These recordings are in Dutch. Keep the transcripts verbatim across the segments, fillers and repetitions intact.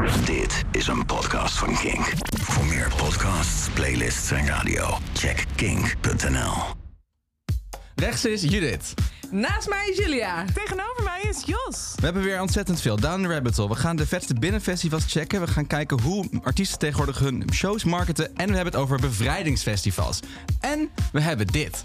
Dit is een podcast van Kink. Voor meer podcasts, playlists en radio, check kink punt n l. Rechts is Judith. Naast mij is Julia. Tegenover mij is Jos. We hebben weer ontzettend veel. Down the rabbit hole. We gaan de vetste binnenfestivals checken. We gaan kijken hoe artiesten tegenwoordig hun shows marketen. En we hebben het over bevrijdingsfestivals. En we hebben dit.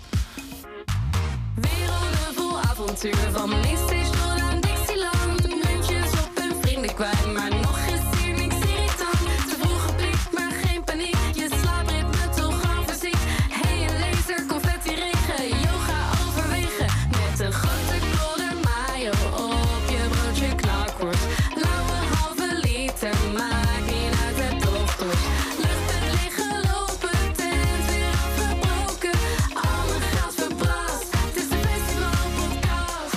Werelden vol avontuur, van Mainstation aan Dixieland. Muntjes op hun vrienden kwijt, maar nog is hier niks irritant. Te vroeg gepikt, maar geen paniek. Je slaapritme toch al fysiek. Hey, een laser, confetti regen, yoga overwegen. Met een grote kolder mayo op je broodje knakworst. Lauwe halve liter, maakt niet uit, het toch door. Luchtbed liggen lopen, tent weer afgebroken. Al mijn geld verbrast, het is de festivalpodcast.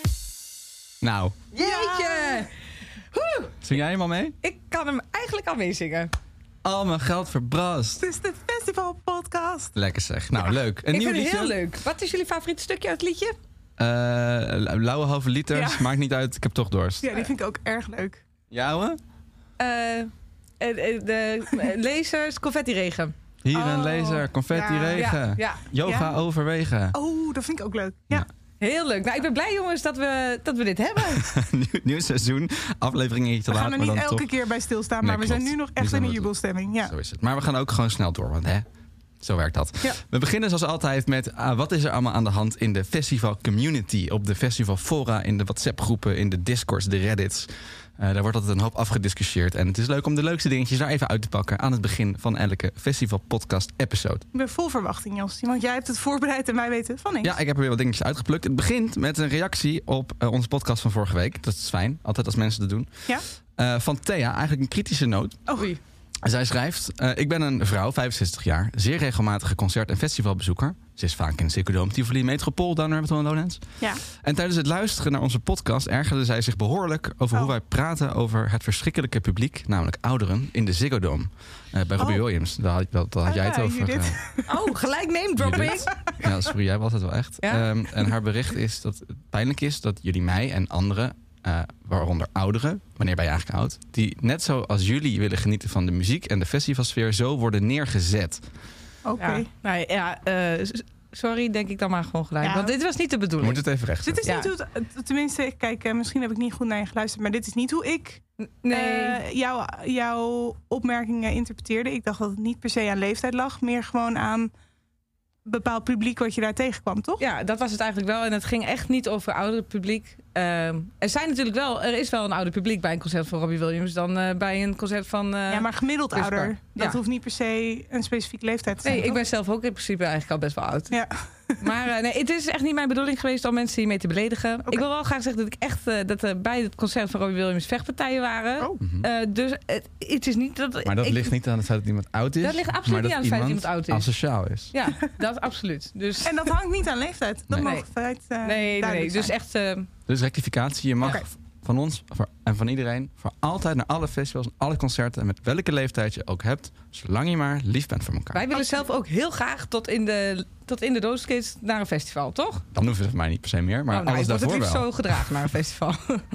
Nou, Jeetje. Woe. zing jij hem al mee? Ik kan hem eigenlijk al meezingen. Al mijn geld verbrast. Het is de festivalpodcast. Lekker zeg. Nou, leuk. Een Ik nieuw vind het liedje. heel leuk. Wat is jullie favoriete stukje uit het liedje? Eh, lauwe halve liters. Ja. Maakt niet uit. Ik heb toch dorst. Ja, die vind ik ook erg leuk. Jouwe? Eh, eh, eh, de eh, lasers, confetti regen. Hier een Oh, laser, confetti ja. regen. Ja, ja. Yoga Ja. overwegen. Oh, dat vind ik ook leuk. Ja. Heel leuk. Nou, ik ben blij jongens dat we, dat we dit hebben. nieuw, nieuw seizoen. Aflevering een beetje te We laat, gaan er maar niet dan elke toch. keer bij stilstaan, Nee, maar we zijn klopt. nu nog Nu echt zijn in een we- jubelstemming. Ja. Zo is het. Maar we gaan ook gewoon snel door, want hè, zo werkt dat. Ja. We beginnen zoals altijd met ah, wat is er allemaal aan de hand in de festival community. Op de festival fora, in de WhatsApp groepen, in de Discords, de Reddits. Uh, daar wordt altijd een hoop afgediscussieerd. En het is leuk om de leukste dingetjes daar even uit te pakken aan het begin van elke festival podcast episode. Ik ben vol verwachting, Jos. Want jij hebt het voorbereid en wij weten van niks. Ja, ik heb er weer wat dingetjes uitgeplukt. Het begint met een reactie op uh, onze podcast van vorige week. Dat is fijn, altijd als mensen dat doen. Ja? Uh, van Thea, eigenlijk een kritische noot. Oei. Zij schrijft, uh, ik ben een vrouw, vijfenzestig jaar, zeer regelmatige concert- en festivalbezoeker. Ze is vaak in Ziggo Dome, Tivoli, Metropool, Down the Rabbit Hole en Lowlands. Ja. En tijdens het luisteren naar onze podcast ergerde zij zich behoorlijk over Oh. hoe wij praten over het verschrikkelijke publiek, namelijk ouderen, in de Ziggo Dome. Uh, bij Robbie Oh. Williams, daar had, daar had Ah, jij het ja, over. Judith. uh, Oh, gelijk name dropping. Judith. Ja, sorry, jij was het wel echt. Ja. Um, en haar bericht is dat het pijnlijk is dat jullie mij en anderen, uh, waaronder ouderen, wanneer ben je eigenlijk oud, die net zoals jullie willen genieten van de muziek en de festivalsfeer, zo worden neergezet. Oké. Ja, nou ja, eh, s- sorry, denk ik dan maar gewoon gelijk. Ja. Want dit was niet de Je bedoeling. moet het even recht Dit is Ja. niet hoe het... Tenminste, kijk, eh, misschien heb ik niet goed naar je geluisterd, maar dit is niet hoe ik Nee. eh, jouw, jouw opmerkingen interpreteerde. Ik dacht dat het niet per se aan leeftijd lag, meer gewoon aan bepaald publiek wat je daar tegenkwam, toch? Ja, dat was het eigenlijk wel. En het ging echt niet over oudere publiek. Ehm, er zijn natuurlijk wel, er is wel een ouder publiek bij een concert van Robbie Williams dan eh, bij een concert van. eh, Ja, maar gemiddeld Chris ouder. Park. Dat Ja. hoeft niet per se een specifieke leeftijd te zijn. Nee, ik toch? ben zelf ook in principe eigenlijk al best wel oud. Ja. Maar eh, nee, het is echt niet mijn bedoeling geweest om mensen hiermee te beledigen. Ik wil wel graag zeggen dat ik echt eh, dat er bij het concert van Robbie Williams vechtpartijen waren. Oh. Mhm. Eh, dus het, het is niet dat. Maar dat ik- ligt niet aan het feit dat iemand oud is. Dat ligt absoluut maar niet aan het feit dat iemand oud is. asociaal is. Ja, dat dat absoluut. Dus En dat hangt niet aan leeftijd. Dat Nee. mag Nee. feit uh, nee, nee, nee. duidelijk Dus zijn. echt. eh, Dus rectificatie, je mag Oké. van ons voor, en van iedereen voor altijd naar alle festivals, alle concerten en met welke leeftijd je ook hebt, zolang je maar lief bent voor elkaar. wij willen zelf ook heel graag tot in de, tot in de doodskist naar een festival, toch? Dan hoeven ze van mij niet per se meer, maar Oh, nou, alles ik word het daarvoor liefst wel. zo gedragen naar een festival.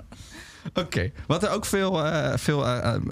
Oké, wat er ook veel, eh, veel eh, eh,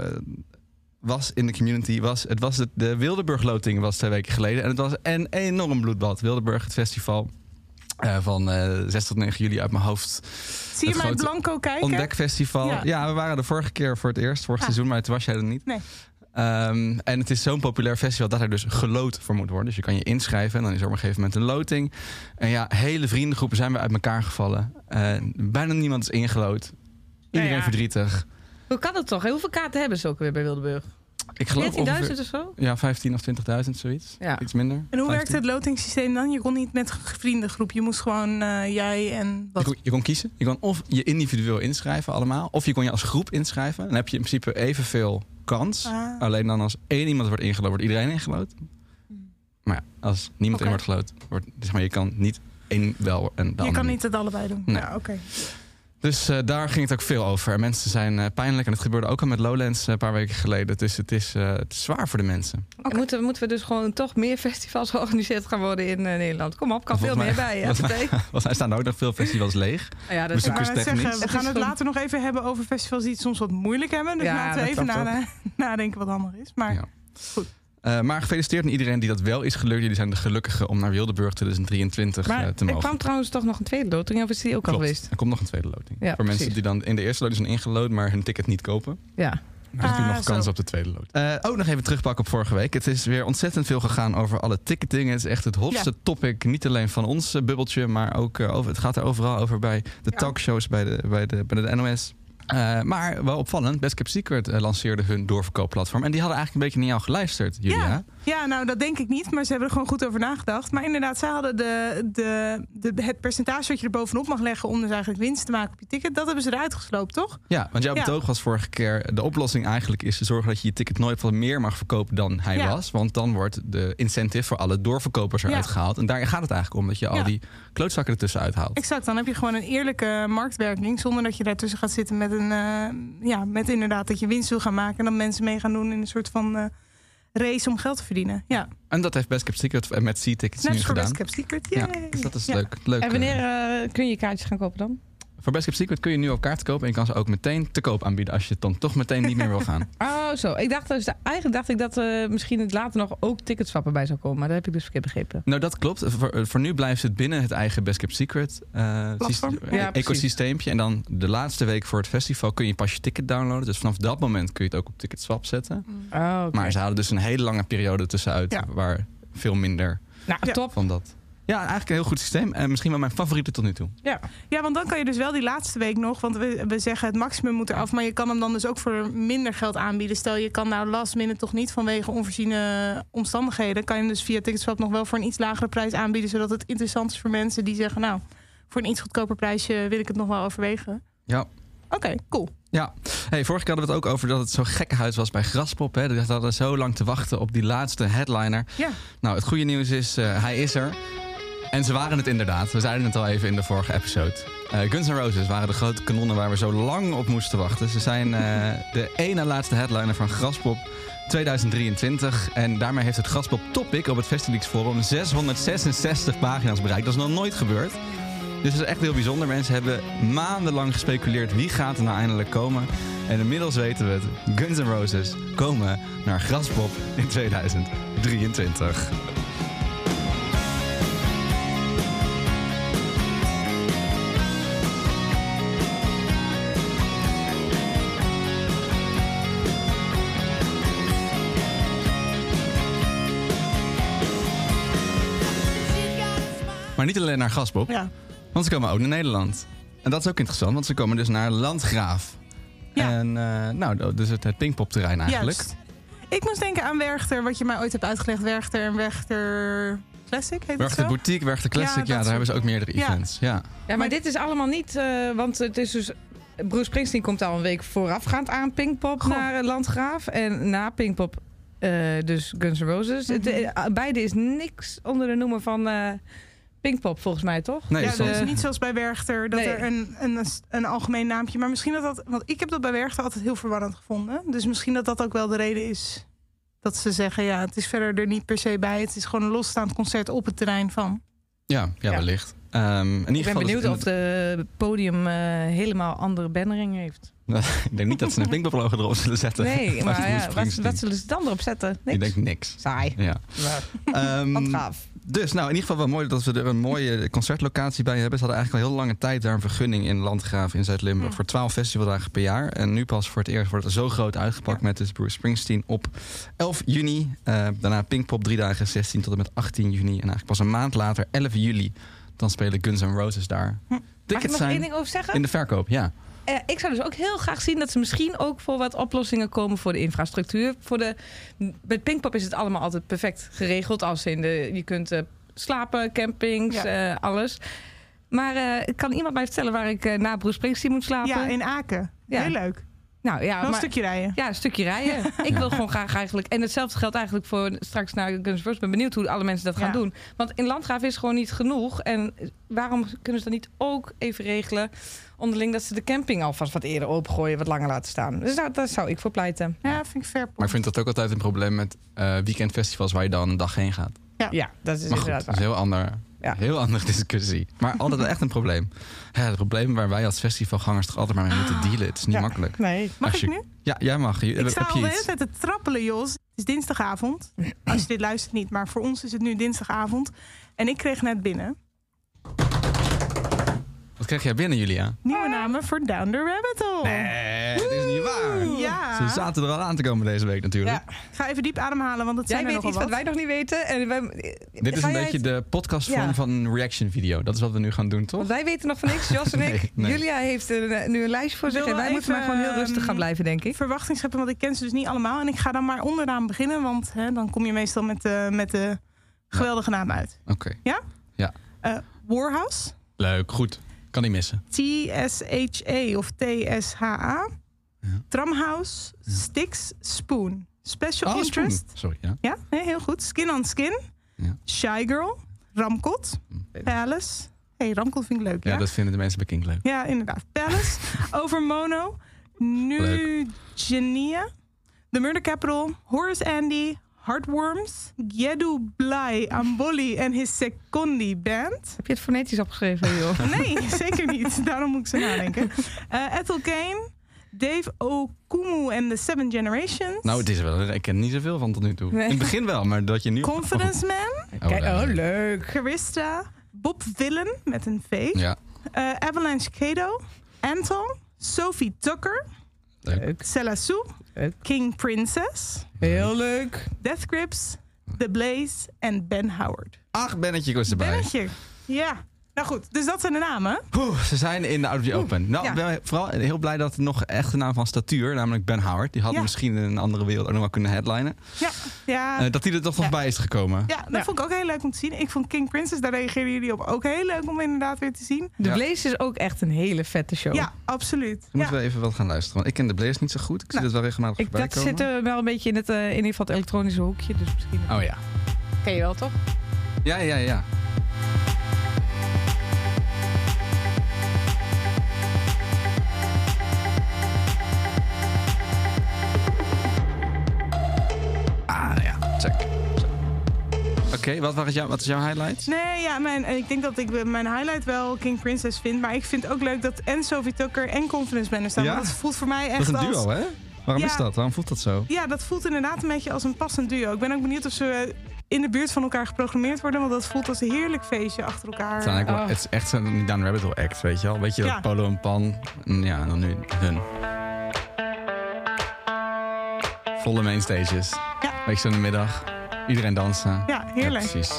was in de community, was het was het, de Wildeburg-loting was twee weken geleden. En het was een enorm bloedbad. Wildeburg, het festival eh, van eh, zes tot negen juli uit mijn hoofd. Zie je het mij grote blanco kijken? Ontdekfestival. Ja. Ja. we waren de vorige keer voor het eerst, vorig Ah. seizoen, maar toen was jij er niet. Nee. Um, en het is zo'n populair festival dat er dus geloot voor moet worden. Dus je kan je inschrijven en dan is er op een gegeven moment een loting. En ja, hele vriendengroepen zijn weer uit elkaar gevallen. Uh, bijna niemand is ingeloot. Iedereen Nou ja. verdrietig. Hoe kan dat toch? hè? Hoeveel kaarten hebben ze ook weer bij Wildeburg? Ik geloof veertienduizend ongeveer, of zo? ja, vijftien of twintigduizend, zoiets. Ja. Iets minder. En hoe werkte vijftien. het lotingssysteem dan? Je kon niet met g- vriendengroep. Je moest gewoon uh, jij en Je wat? kon, je kon kiezen. Je kon of je individueel inschrijven allemaal. Of je kon je als groep inschrijven. Dan heb je in principe evenveel kans. Ah. Alleen dan als één iemand wordt ingelood, wordt iedereen ingelood. Maar ja, als niemand Oké. in wordt gelood, wordt, zeg maar, je kan niet één wel en de Je ander kan niet het allebei doen. Nee. Ja, oké. Dus uh, daar ging het ook veel over. En mensen zijn uh, pijnlijk. En het gebeurde ook al met Lowlands uh, een paar weken geleden. Dus het is, uh, het is zwaar voor de mensen. Okay. Moeten, moeten we dus gewoon toch meer festivals georganiseerd gaan worden in uh, Nederland? Kom op, kan veel mij, meer bij. Hè? Want er staan ook nog veel festivals leeg. Ja, dat is zeggen, we gaan het later nog even hebben over festivals die het soms wat moeilijk hebben. Dus ja, laten we even na, nadenken wat handig is. Maar ja. Goed. Uh, maar gefeliciteerd aan iedereen die dat wel is gelukt. Jullie zijn de gelukkigen om naar Wildeburg twintig drieëntwintig maar uh, te mogen. Er kwam trouwens toch nog een tweede loting, of is die ook Klopt, al geweest? Er komt nog een tweede loting. Ja, voor precies. mensen die dan in de eerste loting zijn ingelood, maar hun ticket niet kopen. Ja. Dan heb je ah, nog kans zo. op de tweede loting. Uh, ook nog even terugpakken op vorige week. Het is weer ontzettend veel gegaan over alle ticketing. Het is echt het hotste ja. topic. Niet alleen van ons uh, bubbeltje, maar ook uh, over, het gaat er overal over bij de ja. talkshows, bij de, bij, de, bij de N O S. Uh, maar wel opvallend, Best Kept Secret uh, lanceerde hun doorverkoopplatform. En die hadden eigenlijk een beetje naar jou geluisterd, Julia. Ja, ja, nou dat denk ik niet, maar ze hebben er gewoon goed over nagedacht. Maar inderdaad, zij hadden de, de, de, het percentage wat je er bovenop mag leggen om dus eigenlijk winst te maken op je ticket, dat hebben ze eruit gesloopt, toch? Ja, want jouw ja. betoog was vorige keer, de oplossing eigenlijk is te zorgen dat je je ticket nooit wat meer mag verkopen dan hij ja. was. Want dan wordt de incentive voor alle doorverkopers eruit ja. gehaald. En daar gaat het eigenlijk om, dat je al ja. die klootzakken ertussen uithaalt. Exact, dan heb je gewoon een eerlijke marktwerking zonder dat je daartussen gaat zitten met een uh, ja, met inderdaad dat je winst wil gaan maken en dan mensen mee gaan doen in een soort van uh, race om geld te verdienen. Ja. En dat heeft Best Kept Secret met C-tickets nu gedaan. Best Kept Secret, ja, dus dat is ja. leuk, leuk. En wanneer uh, kun je je kaartjes gaan kopen dan? Voor Best Kept Secret kun je nu al kaarten kopen en je kan ze ook meteen te koop aanbieden als je het dan toch meteen niet meer wil gaan. Oh, zo. Ik dacht dus, eigenlijk dacht ik dat uh, misschien het later nog ook ticketswappen bij zou komen, maar dat heb ik dus verkeerd begrepen. Nou, dat klopt. Voor, voor nu blijft het binnen het eigen Best Kept Secret uh, systeem, ja, ecosysteempje. En dan de laatste week voor het festival kun je pas je ticket downloaden. Dus vanaf dat moment kun je het ook op Ticketswap zetten. Oh, okay. Maar ze halen dus een hele lange periode tussenuit ja. waar veel minder nou, ja. top. van dat. Ja, eigenlijk een heel goed systeem. En misschien wel mijn favoriete tot nu toe. Ja. ja, want dan kan je dus wel die laatste week nog, want we, we zeggen het maximum moet eraf, maar je kan hem dan dus ook voor minder geld aanbieden. Stel je kan nou last minute toch niet vanwege onvoorziene omstandigheden, kan je hem dus via Ticketswap nog wel voor een iets lagere prijs aanbieden, zodat het interessant is voor mensen die zeggen, nou, voor een iets goedkoper prijsje wil ik het nog wel overwegen. Ja. Oké, okay, cool. Ja, hey, vorige keer hadden we het ook over dat het zo gekkenhuis was bij Graspop. Hè. Die hadden zo lang te wachten op die laatste headliner. Ja. Nou, het goede nieuws is, uh, hij is er. En ze waren het inderdaad. We zeiden het al even in de vorige episode. Uh, Guns N' Roses waren de grote kanonnen waar we zo lang op moesten wachten. Ze zijn uh, de ene laatste headliner van Graspop twintig drieëntwintig. En daarmee heeft het Graspop Topic op het Festivals Forum zeshonderdzesenzestig pagina's bereikt. Dat is nog nooit gebeurd. Dus het is echt heel bijzonder. Mensen hebben maandenlang gespeculeerd wie gaat er nou eindelijk komen. En inmiddels weten we het. Guns N' Roses komen naar Graspop in twintig drieëntwintig. Maar niet alleen naar Graspop, ja. want ze komen ook naar Nederland. En dat is ook interessant, want ze komen dus naar Landgraaf. Ja. En uh, nou, dus het, het Pinkpop-terrein eigenlijk. Juist. Ik moest denken aan Werchter, wat je mij ooit hebt uitgelegd. Werchter en Werchter Classic, heet Werchter het zo? Boutique, Werchter Classic, ja, ja daar soort... hebben ze ook meerdere ja. events. Ja, ja maar, maar dit is allemaal niet, uh, want het is dus... Bruce Springsteen komt al een week voorafgaand aan Pinkpop Goh. naar Landgraaf. En na Pinkpop uh, dus Guns N' Roses. Mm-hmm. Het, uh, beide is niks onder de noemer van... Uh, Pinkpop volgens mij, toch? Nee, ja, soms... dus niet zoals bij Werchter, dat nee. er een, een, een algemeen naampje... Maar misschien dat dat... Want ik heb dat bij Werchter altijd heel verwarrend gevonden. Dus misschien dat dat ook wel de reden is dat ze zeggen... ja, het is verder er niet per se bij. Het is gewoon een losstaand concert op het terrein van. Ja, ja, ja. wellicht. Um, in ik ben benieuwd het... of de podium uh, helemaal andere bannering heeft. Ik denk niet dat ze een Pinkpop-logo erop zullen zetten. Nee, maar ja, wat, wat zullen ze dan erop zetten? Niks. Ik denk niks. Saai. Ja. Um, wat gaaf. Dus nou, in ieder geval wel mooi dat we er een mooie concertlocatie bij hebben. Ze hadden eigenlijk al heel lange tijd daar een vergunning in Landgraaf in Zuid-Limburg... Mm. voor twaalf festivaldagen per jaar. En nu pas voor het eerst wordt het zo groot uitgepakt... Ja. met dus Bruce Springsteen op elf juni. Uh, daarna Pinkpop drie dagen, zestien tot en met achttien juni. En eigenlijk pas een maand later, elf juli... dan spelen Guns N' Roses daar. Hm. Mag ik nog één ding over zeggen? In de verkoop, ja. Uh, ik zou dus ook heel graag zien dat ze misschien ook voor wat oplossingen komen voor de infrastructuur. Voor de, met Pinkpop is het allemaal altijd perfect geregeld. Als in de, je kunt uh, slapen, campings, ja. uh, alles. Maar uh, kan iemand mij vertellen waar ik uh, na Bruce Springsteen moet slapen? Ja, in Aken. Ja. Heel leuk. Nou, ja, Wel maar, een stukje rijden. Ja, een stukje rijden. Ik wil gewoon graag eigenlijk... En hetzelfde geldt eigenlijk voor straks naar Guns N' Roses. Ik ben benieuwd hoe alle mensen dat gaan ja. doen. Want in Landgraaf is gewoon niet genoeg. En waarom kunnen ze dat niet ook even regelen... onderling dat ze de camping alvast wat eerder opengooien, wat langer laten staan. Dus daar, daar zou ik voor pleiten. Ja, vind ik fair. Maar ik vind dat ook altijd een probleem met uh, weekendfestivals waar je dan een dag heen gaat. Ja, Ja, dat is Maar goed, inderdaad dat is een waar. heel ander, Ja. heel andere discussie. Maar altijd echt een probleem. Ja, het probleem waar wij als festivalgangers toch altijd maar mee moeten dealen. Het is niet Ja. makkelijk. Nee. Mag Als ik je- nu? Ja, jij mag. Je, Ik heb sta je al de hele iets? tijd te trappelen, Jos. Het is dinsdagavond. Als je dit luistert niet, maar voor ons is het nu dinsdagavond. En ik kreeg net binnen Wat krijg jij binnen, Julia? nieuwe namen voor Down the Rabbit Hole. Nee, dat is niet waar. Ja. Ze zaten er al aan te komen deze week natuurlijk. Ja. Ik ga even diep ademhalen, want het Jij zijn er weet nogal iets wat wat. wij nog niet weten. En wij, Dit is ga een jij beetje het- de podcastvorm Ja. van een reaction video. Dat is wat we nu gaan doen, toch? Want wij weten nog van niks, Jos en ik. Nee, nee. Julia heeft een, nu een lijst voor zich. Wil En wij wel moeten maar even, gewoon heel rustig gaan ehm, blijven, denk ik. Verwachting scheppen, want ik ken ze dus niet allemaal. En ik ga dan maar onderaan beginnen, want hè, dan kom je meestal met de, met de geweldige naam uit. Oké. Uh, Warhouse, Leuk, goed. Kan niet missen. T S H A of T S H A. Ja. Tramhouse, Styx, Spoon. Special Oh, Spoon. Interest. Sorry, ja. Ja, nee, heel goed. Skin on Skin. Ja. Shy Girl. Ramkot. Palace. Hey, Ramkot vind ik leuk, Ja, ja? dat vinden de mensen bij Kink leuk. Ja, inderdaad. Palace. Over Mono. Nu Genia. The Murder Capital. Horace Andy. Heartworms. Gyedu Blai Amboli en his Secondi Band. Heb je het fonetisch opgeschreven, joh? Nee, zeker niet. Daarom moet ik zo nadenken. Uh, Ethel Kane. Dave Okumu en The Seven Generations. Nou, het is wel. Ik ken niet zoveel van tot nu toe. Nee. In het begin wel, maar dat je nu... Confidence Man. Oh, Kijk, daar. oh, leuk. Charista. Bob Villen met een V. Ja, Uh, Avalanche Kato. Anton. Sophie Tucker. leuk. Sella Sue. Leuk. King Princess. Heel leuk. Death Grips. The Blaze en Ben Howard. Ach, Bennetje was erbij. Bennetje. Ja. Nou goed, dus dat zijn de namen. Oeh, ze zijn in de Audi Open. Nou, Ja. ik ben vooral heel blij dat het nog echt een naam van statuur, namelijk Ben Howard. Die had Ja. misschien in een andere wereld ook nog wel kunnen headlinen. Ja, ja. Uh, dat hij er toch nog Ja. bij is gekomen. ja dat Ja. vond ik ook heel leuk om te zien. Ik vond King Princess, daar reageerden jullie op, ook heel leuk om inderdaad weer te zien. De Ja. Blaze is ook echt een hele vette show. Ja, absoluut. Dan Ja. moeten we even wat gaan luisteren. Want ik ken de Blaze niet zo goed. Ik zie Nou, het wel regelmatig Ik, voorbij dat komen. zit er wel een beetje in, het, uh, in ieder geval het elektronische hoekje. Dus misschien Oh ja. ken je wel, toch? Ja, ja, ja. Ah, ja. Check. Oké, okay, wat, wat, wat is jouw highlight? Nee, ja, mijn, ik denk dat ik mijn highlight wel King Princess vind. Maar ik vind het ook leuk dat en Sophie Tucker en Confidence Man er staan. Ja? Want dat voelt voor mij echt Dat is een als... duo, hè? Waarom Ja. is dat? Waarom voelt dat zo? Ja, dat voelt inderdaad een beetje als een passend duo. Ik ben ook benieuwd of ze in de buurt van elkaar geprogrammeerd worden. Want dat voelt als een heerlijk feestje achter elkaar. Het, zijn eigenlijk wel- Oh. het is echt zo'n Down Rabbit Hole act, weet je wel? Weet je, Ja. dat Polo en Pan. En ja, en dan nu hun. Volle mainstages. Ja. Weet je, zo in de middag. Iedereen dansen. Ja, heerlijk. Ja, precies.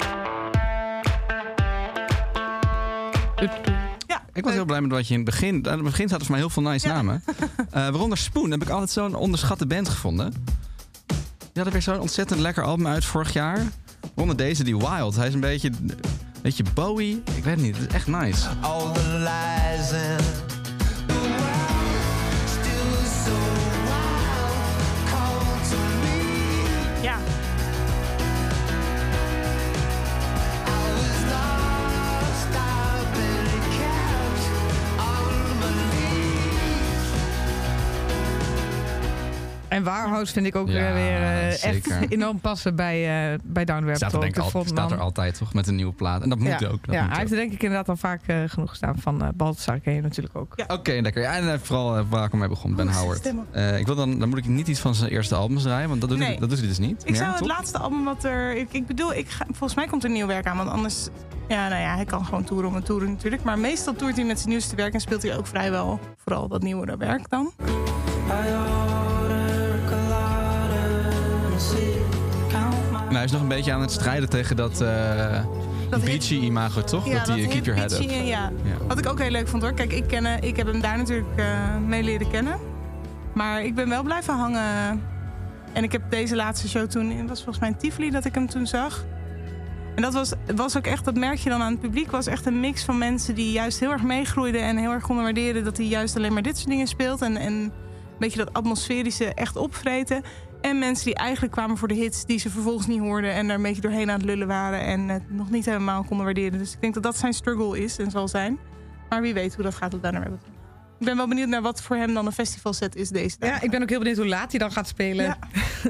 Ja, Ik was heel blij met wat je in het begin... Aan het begin zaten voor mij heel veel nice Ja. namen. Uh, waaronder Spoon heb ik altijd zo'n onderschatte band gevonden. Die hadden weer zo'n ontzettend lekker album uit vorig jaar. Waaronder deze, die Wild. Hij is een beetje... Een beetje Bowie. Ik weet het niet, het is echt nice. All the lies and the world still so wild. Call to me. ja. I was lost, I've been kept on belief. En Warhouse vind ik ook Ja, weer, weer uh, zeker. echt enorm passen bij, uh, bij Down Rabbit Staat er, Hole. denk ik De al, frontman. staat er altijd toch met een nieuwe plaat. En dat moet ja, ook. Dat ja, moet hij ook. heeft er denk ik inderdaad al vaak uh, genoeg gestaan. Van uh, Balthazar ken je natuurlijk ook. Ja. Oké, lekker. Ja, en uh, vooral uh, waar ik mee begon, Ben Oh, zijn Howard. stem ook. Uh, ik wil dan, dan moet ik niet iets van zijn eerste albums draaien, want dat doet, Nee. hij, dat doet hij dus niet. Ik meer, zou het toch? laatste album wat er... Ik, ik bedoel, ik ga, volgens mij komt er nieuw werk aan. Want anders... Ja, nou ja, hij kan gewoon toeren om een toeren natuurlijk. Maar meestal toert hij met zijn nieuwste werk. En speelt hij ook vrijwel vooral dat nieuwere werk dan. I order a colada and sit, count my Nou, hij is nog een beetje aan het strijden tegen dat, uh, Dat beachy imago, toch? dat hij uh, hip keep your head up. beachy, Ja. Ja. Wat ik ook heel leuk vond hoor. Kijk, ik, ken, eh, ik heb hem daar natuurlijk uh, mee leren kennen. Maar ik ben wel blijven hangen. En ik heb deze laatste show toen... Het was volgens mij in Tivoli dat ik hem toen zag. En dat was, was ook echt, dat merk je dan aan het publiek... was echt een mix van mensen die juist heel erg meegroeiden... en heel erg konden waarderen dat hij juist alleen maar dit soort dingen speelt. En, en een beetje dat atmosferische echt opvreten. En mensen die eigenlijk kwamen voor de hits... die ze vervolgens niet hoorden en er een beetje doorheen aan het lullen waren... en het nog niet helemaal konden waarderen. Dus ik denk dat dat zijn struggle is en zal zijn. Maar wie weet hoe dat gaat op Down the Rabbit Hole. Ik ben wel benieuwd naar wat voor hem dan een festivalset is deze dagen. Ja, ik ben ook heel benieuwd hoe laat hij dan gaat spelen. Ja.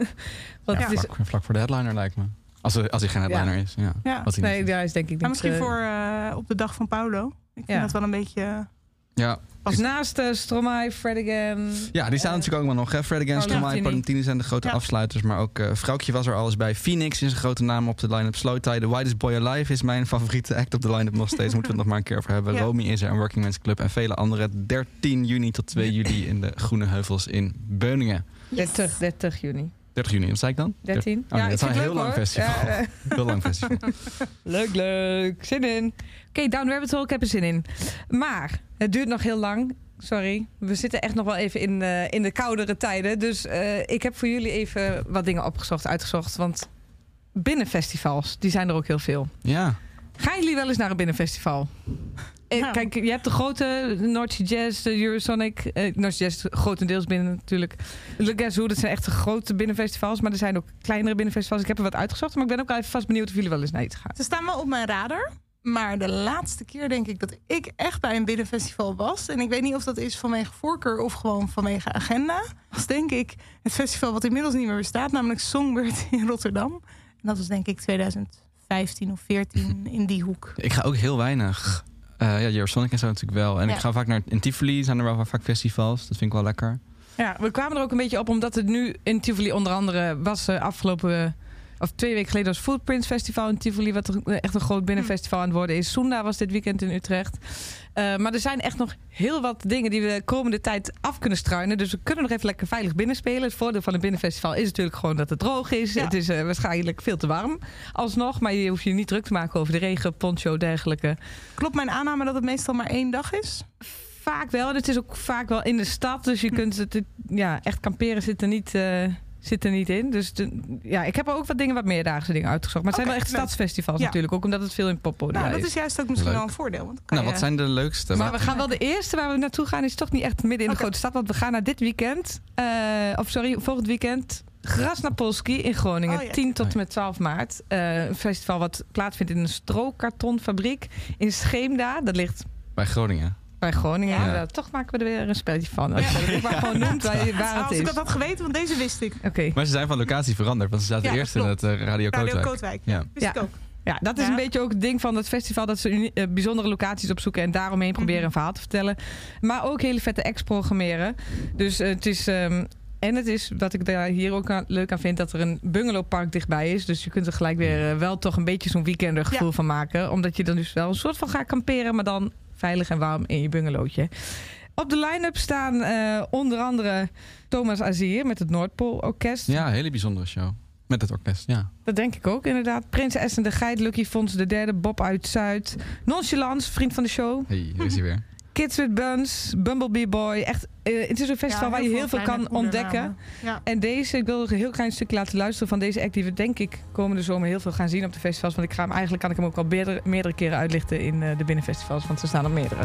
Want Ja, het is, vlak, vlak voor de headliner lijkt me. Als, er, als hij geen headliner is. Ja. Ja. Wat hij nee, niet is. daar is denk ik niet... Maar misschien eh, voor uh, op de dag van Paulo. Ik vind Ja. dat wel een beetje... Uh, Ja. Als naast uh, Stromae, Fred Again... Ja, die staan uh, natuurlijk ook wel nog. Hè? Fred Again, Stromae, Martini. Martini zijn de grote Ja. afsluiters. Maar ook uh, Vrouwtje was er alles bij. Phoenix is een grote naam op de line-up. Slow Tie, The Whitest Boy Alive is mijn favoriete act op de line-up nog steeds. Moeten we het nog maar een keer over hebben. Ja. Romy is er, een Working Men's Club en vele andere. dertien juni tot twee juli in de Groene Heuvels in Beuningen. dertig, dertig juni. dertig juni, wat zei ik dan? dertien. Oh, nee, dat is ik een vind heel het lang leuk, festival. hoor. Ja, uh, Heel lang festival. leuk, leuk. Zin in. Oké, okay, Down the Rabbit Hole, ik heb er zin in. Maar het duurt nog heel lang. Sorry, we zitten echt nog wel even in, uh, in de koudere tijden. Dus uh, ik heb voor jullie even wat dingen opgezocht, uitgezocht. Want binnenfestivals, die zijn er ook heel veel. Ja. Gaan jullie wel eens naar een binnenfestival? Eh, Nou. Kijk, je hebt de grote North Sea Jazz, de Eurosonic. Eh, North Sea Jazz grotendeels binnen natuurlijk. Le Guess Who, dat zijn echt de grote binnenfestivals. Maar er zijn ook kleinere binnenfestivals. Ik heb er wat uitgezocht, maar ik ben ook wel even vast benieuwd of jullie wel eens naar iets gaan. Ze staan wel op mijn radar. Maar de laatste keer denk ik dat ik echt bij een binnenfestival was. En ik weet niet of dat is vanwege voorkeur of gewoon vanwege agenda. Was denk ik het festival wat inmiddels niet meer bestaat. Namelijk Songbird in Rotterdam. En dat was denk ik twintig vijftien of veertien in die hoek. Ik ga ook heel weinig. Uh, ja, Eurosonic en zo natuurlijk wel. En Ja. ik ga vaak naar in Tivoli, zijn er wel vaak festivals. Dat vind ik wel lekker. Ja, we kwamen er ook een beetje op omdat het nu in Tivoli onder andere was uh, afgelopen... Of twee weken geleden was Footprints Festival in Tivoli, wat echt een groot binnenfestival aan het worden is. Sunda was dit weekend in Utrecht. Uh, maar er zijn echt nog heel wat dingen die we de komende tijd af kunnen struinen. Dus we kunnen nog even lekker veilig binnenspelen. Het voordeel van een binnenfestival is natuurlijk gewoon dat het droog is. Ja. Het is uh, waarschijnlijk veel te warm alsnog. Maar je hoeft je niet druk te maken over de regen, poncho, dergelijke. Klopt mijn aanname dat het meestal maar één dag is? Vaak wel. En het is ook vaak wel in de stad. Dus je kunt het, ja, echt kamperen zit er niet... Uh, Zit er niet in. Dus de, ja, ik heb er ook wat dingen, wat meerdaagse dingen uitgezocht. Maar het Oké, zijn wel echt leuk. stadsfestivals Ja. natuurlijk. Ook omdat het veel in poppodia Nou, dat is. is juist ook misschien Leuk. wel een voordeel. Want dan kan Nou, je- wat zijn de leukste? Maar we gaan wel de eerste waar we naartoe gaan is toch niet echt midden in de Oké. grote stad. Want we gaan naar dit weekend. Uh, of sorry, volgend weekend. Grasnapolski in Groningen. Oh, ja. tien tot en met twaalf maart. Uh, een festival wat plaatsvindt in een strookkartonfabriek in Scheemda. Dat ligt Bij Groningen. bij Groningen. Ja. Ja. Toch maken we er weer een spelletje van. Als je het maar gewoon noemt waar, je- waar het Als is. ik dat had geweten, want deze wist ik. Oké. Maar ze zijn van locatie veranderd. Want ze zaten Ja, eerst dat in het uh, Radio Radio Kootwijk. Kootwijk. Ja. Wist Ja. ik ook. Ja, dat is Ja. een beetje ook het ding van het festival. Dat ze uni- uh, bijzondere locaties opzoeken en daaromheen proberen Mhm. een verhaal te vertellen. Maar ook hele vette acts programmeren. Dus uh, het is... Um, en het is, wat ik daar hier ook aan, leuk aan vind, dat er een bungalowpark dichtbij is. Dus je kunt er gelijk weer uh, wel toch een beetje zo'n weekender gevoel Ja. van maken. Omdat je dan dus wel een soort van gaat kamperen, maar dan veilig en warm in je bungalowtje. Op de line-up staan uh, onder andere Thomas Azier met het Noordpoolorkest. Ja, een hele bijzondere show. Met het orkest, ja. Dat denk ik ook, inderdaad. Prins Essen de Geit, Lucky Fons de Derde, Bob uit Zuid. Nonchalance, vriend van de show. Hey, hier is hij weer. Kids with Buns, Bumblebee Boy. Echt, uh, het is een festival Ja, waar je heel veel kleine kan ontdekken. poedernamen. Ja. En deze, ik wil een heel klein stukje laten luisteren van deze act die we denk ik komende zomer heel veel gaan zien op de festivals. Want ik ga hem eigenlijk kan ik hem ook al meerdere, meerdere keren uitlichten in uh, de binnenfestivals, want er staan er meerdere.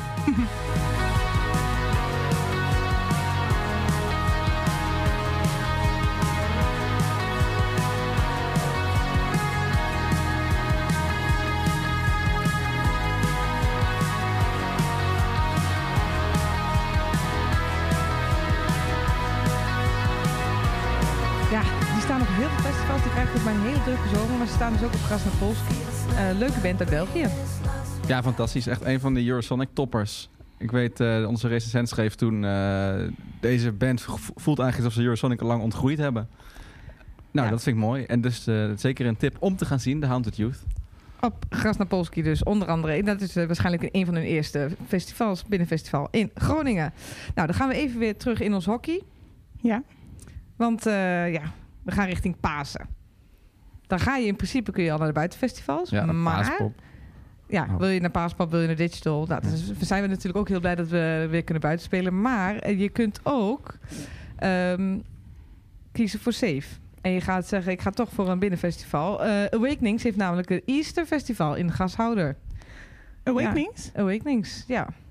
Ja, die staan op heel veel festivals. Die krijgen volgens mij een hele drukke zomer. Maar ze staan dus ook op Krasnapolski. Uh, leuke band uit België. Ja, fantastisch. Echt een van de Eurosonic toppers. Ik weet, uh, onze recensent schreef toen... Uh, deze band voelt eigenlijk alsof ze Eurosonic al lang ontgroeid hebben. Nou, Ja. dat vind ik mooi. En dus uh, zeker een tip om te gaan zien, The Haunted Youth. Op Krasnapolski dus, onder andere. Dat is uh, waarschijnlijk een van hun eerste festivals, binnenfestival in Groningen. Nou, dan gaan we even weer terug in ons hockey. Ja. Want uh, ja, we gaan richting Pasen. Dan ga je in principe kun je al naar de buitenfestivals. Ja, een maar paaspop. ja, Oh. wil je naar Paaspop, wil je naar Digital. Nou, dus zijn we natuurlijk ook heel blij dat we weer kunnen buitenspelen. Maar uh, je kunt ook um, kiezen voor safe. En je gaat zeggen, ik ga toch voor een binnenfestival. Uh, Awakenings heeft namelijk een Easter Festival in Gashouder. Awakenings? Ja, Awakenings, ja.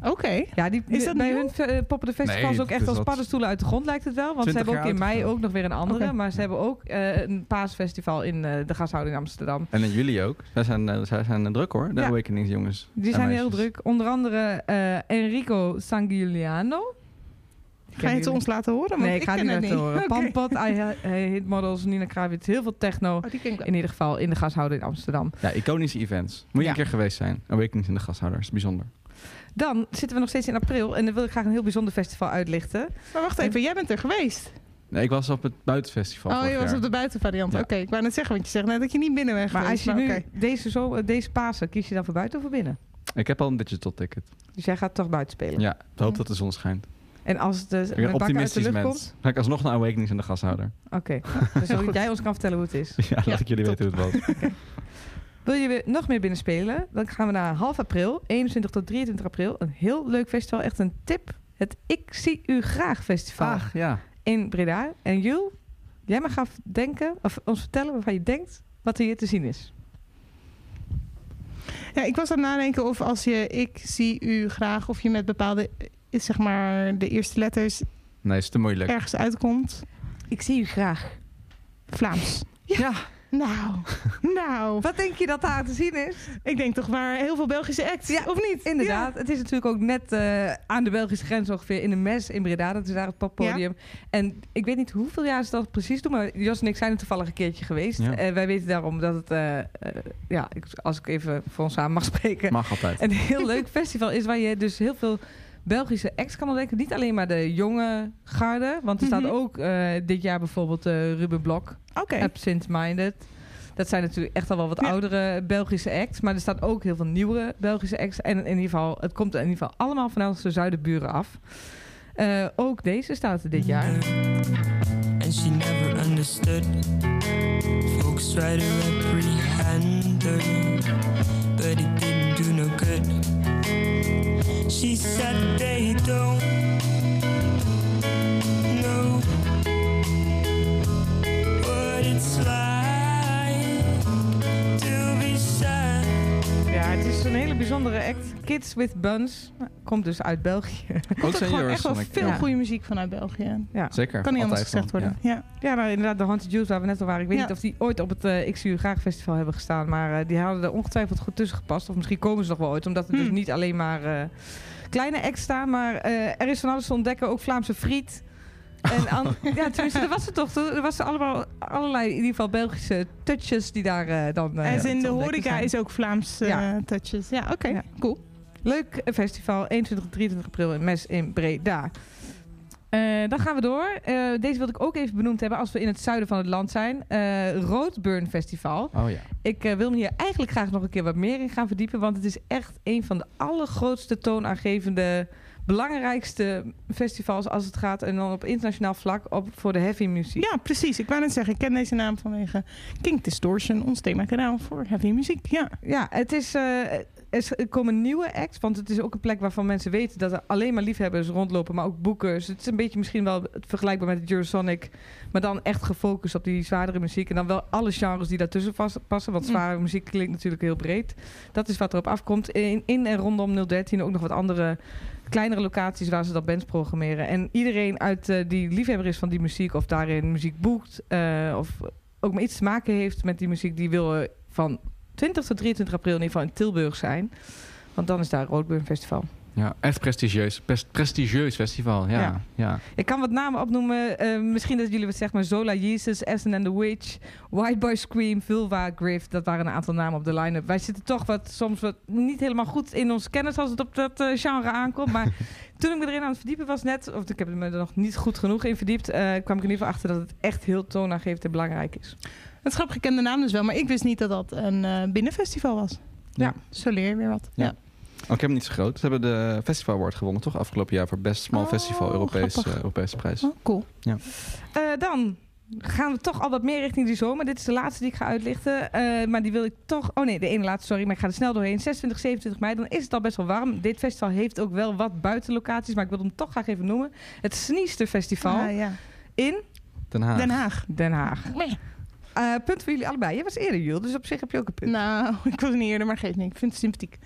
Oké. Ja, die, Is dat bij nieuw? hun uh, poppen de festivals Nee, ook echt het is als wat- paddenstoelen uit de grond, lijkt het wel. Want ze hebben ook twintig in jaar mei oud of zo. ook nog weer een andere. Oké. Maar ze hebben ook uh, een paasfestival in uh, de Gashouder in Amsterdam. En in jullie ook. Zij zijn, uh, zij zijn uh, druk hoor, de Ja. Awakeningsjongens. Die en zijn heel meisjes. druk. Onder andere uh, Enrico Sangiuliano. Ga je het ons laten horen? Want Nee, ik ga ken niet het laten horen. Oké. Pampot, I, I Hit Models, Nina Kravitz. Heel veel techno. Oh, die ken ik wel. In ieder geval in de Gashouder in Amsterdam. Ja, iconische events. Moet je Ja. een keer geweest zijn. Awakenings in de Gashouder, is bijzonder. Dan zitten we nog steeds in april. En dan wil ik graag een heel bijzonder festival uitlichten. Maar wacht even, jij bent er geweest. Nee, ik was op het buitenfestival Oh, vorig je was jaar. op de buitenvariant. Ja. Oké, ik wou net zeggen, want je zegt net dat je niet binnen bent Maar als geweest. je nu oké. deze, zo, deze Pasen, kies je dan voor buiten of voor binnen? Ik heb al een digital ticket. Dus jij gaat toch buiten spelen? Ja, ik hoop dat de zon schijnt. En als de Ik ben een bakken uit de optimistisch lucht mens. komt? Ga ik alsnog naar Awakenings in de Gashouder. Oké. Dus zodat jij ons kan vertellen hoe het is. Ja, laat Ja, ik jullie top. weten hoe het was. Wil je weer nog meer binnen spelen? Dan gaan we naar half april, eenentwintig tot drieëntwintig april. Een heel leuk festival, echt een tip. Het Ik Zie U Graag Festival Ach, ja. in Breda. En Jules, jij mag gaan denken, of ons vertellen waarvan je denkt wat er hier te zien is. Ja, ik was aan het nadenken of als je ik zie u graag, of je met bepaalde, eh, zeg maar, de eerste letters Nee, is te moeilijk. ergens uitkomt. Ik zie u graag. Vlaams. Ja. Nou, nou. Wat denk je dat daar te zien is? Ik denk toch maar heel veel Belgische acts, Ja, of niet? Inderdaad. Het is natuurlijk ook net uh, aan de Belgische grens ongeveer in de Mes in Breda. Dat is daar het poppodium. En ik weet niet hoeveel jaar ze dat precies doen, maar Jos en ik zijn er toevallig een keertje geweest. Ja. En wij weten daarom dat het, uh, uh, ja, ik, als ik even voor ons samen mag spreken, Mag altijd. een heel leuk festival is waar je dus heel veel Belgische acts kan ontdekken. Niet alleen maar de jonge garde, want er Mhm. staat ook uh, dit jaar bijvoorbeeld uh, Ruben Blok, Oké. Absent Minded. Dat zijn natuurlijk echt al wel wat Ja. oudere Belgische acts. Maar er staan ook heel veel nieuwere Belgische acts. En in ieder geval, het komt in ieder geval allemaal van onze zuidenburen af. Uh, ook deze staat er dit jaar. And she never understood. Folks try to reprehend her, but it didn't do no good. She said they don't know what it's like to be sad. Ja, het is een hele bijzondere act. Kids with Buns. Komt dus uit België. Ook Komt er zijn gewoon echt wel Eurosonic. veel Ja. goede muziek vanuit België. Ja. Zeker. Kan niet anders altijd gezegd van, worden. Ja. Ja, nou inderdaad, de Haunted Juice waar we net al waren. Ik weet Ja. niet of die ooit op het uh, Ik Zie U Graag Festival hebben gestaan. Maar uh, die hadden er ongetwijfeld goed tussen gepast. Of misschien komen ze nog wel ooit. Omdat er dus Hmm. niet alleen maar uh, kleine acts staan. Maar uh, er is van alles te ontdekken. Ook Vlaamse friet. En an- ja, tenminste, dat was het toch. Er was allemaal allerlei, in ieder geval Belgische touches die daar uh, dan uh, En te in de ontdekken horeca zijn. is ook Vlaams uh, Ja. touches. Ja, oké. Ja. Cool. Leuk festival, eenentwintig, drieëntwintig april in Mes in Breda. Uh, dan gaan we door. Uh, deze wilde ik ook even benoemd hebben als we in het zuiden van het land zijn. Uh, Roadburn Festival. Oh ja. Ik uh, wil me hier eigenlijk graag nog een keer wat meer in gaan verdiepen. Want het is echt een van de allergrootste toonaangevende, belangrijkste festivals als het gaat. En dan op internationaal vlak op, voor de heavy muziek. Ja, precies. Ik wou net zeggen, ik ken deze naam vanwege King Distortion, ons themakanaal voor heavy muziek. Ja. Ja, het is... Uh, er komen nieuwe acts, want het is ook een plek waarvan mensen weten dat er alleen maar liefhebbers rondlopen, maar ook boekers. Het is een beetje misschien wel vergelijkbaar met Eurosonic, maar dan echt gefocust op die zwaardere muziek en dan wel alle genres die daartussen vast passen, want zware muziek klinkt natuurlijk heel breed. Dat is wat erop afkomt. In, in en rondom nul dertien ook nog wat andere kleinere locaties waar ze dat bands programmeren. En iedereen uit uh, die liefhebber is van die muziek of daarin muziek boekt uh, of ook maar iets te maken heeft met die muziek, die wil uh, van twintig tot drieëntwintig april in ieder geval in Tilburg zijn. Want dan is daar Roadburn Festival. Ja, echt prestigieus. Pres- prestigieus festival, ja. Ja. ja. Ik kan wat namen opnoemen. Uh, misschien dat jullie wat zeggen, maar Zola Jesus, Essen and the Witch, White Boy Scream, Vulva, Griff. Dat waren een aantal namen op de line-up. Wij zitten toch wat soms wat niet helemaal goed in onze kennis als het op dat uh, genre aankomt. Maar toen ik me erin aan het verdiepen was net, of ik heb me er nog niet goed genoeg in verdiept, uh, kwam ik in ieder geval achter dat het echt heel toonaangevend en belangrijk is. Het is grappig, ik ken de naam dus wel, maar ik wist niet dat dat een uh, binnenfestival was. Ja. Zo leer je weer wat. Ja. Ja. Oh, ik heb hem niet zo groot. Ze hebben de Festival Award gewonnen, toch? Afgelopen jaar voor Best Small Oh, Festival, Europees, grappig. uh, Europese prijs. Oh, cool. Uh, dan gaan we toch al wat meer richting die zomer. Dit is de laatste die ik ga uitlichten. Uh, maar die wil ik toch... Oh nee, de ene laatste, sorry. Maar ik ga er snel doorheen. zesentwintig, zevenentwintig mei. Dan is het al best wel warm. Dit festival heeft ook wel wat buitenlocaties. Maar ik wil hem toch graag even noemen. Het Sneester Festival Ah, ja. in Den Haag. Den Haag. Den Haag. Uh, punt voor jullie allebei. Jij was eerder, Jules. Dus op zich heb je ook een punt. Nou, ik was niet eerder, maar geeft niet. Ik vind het sympathiek.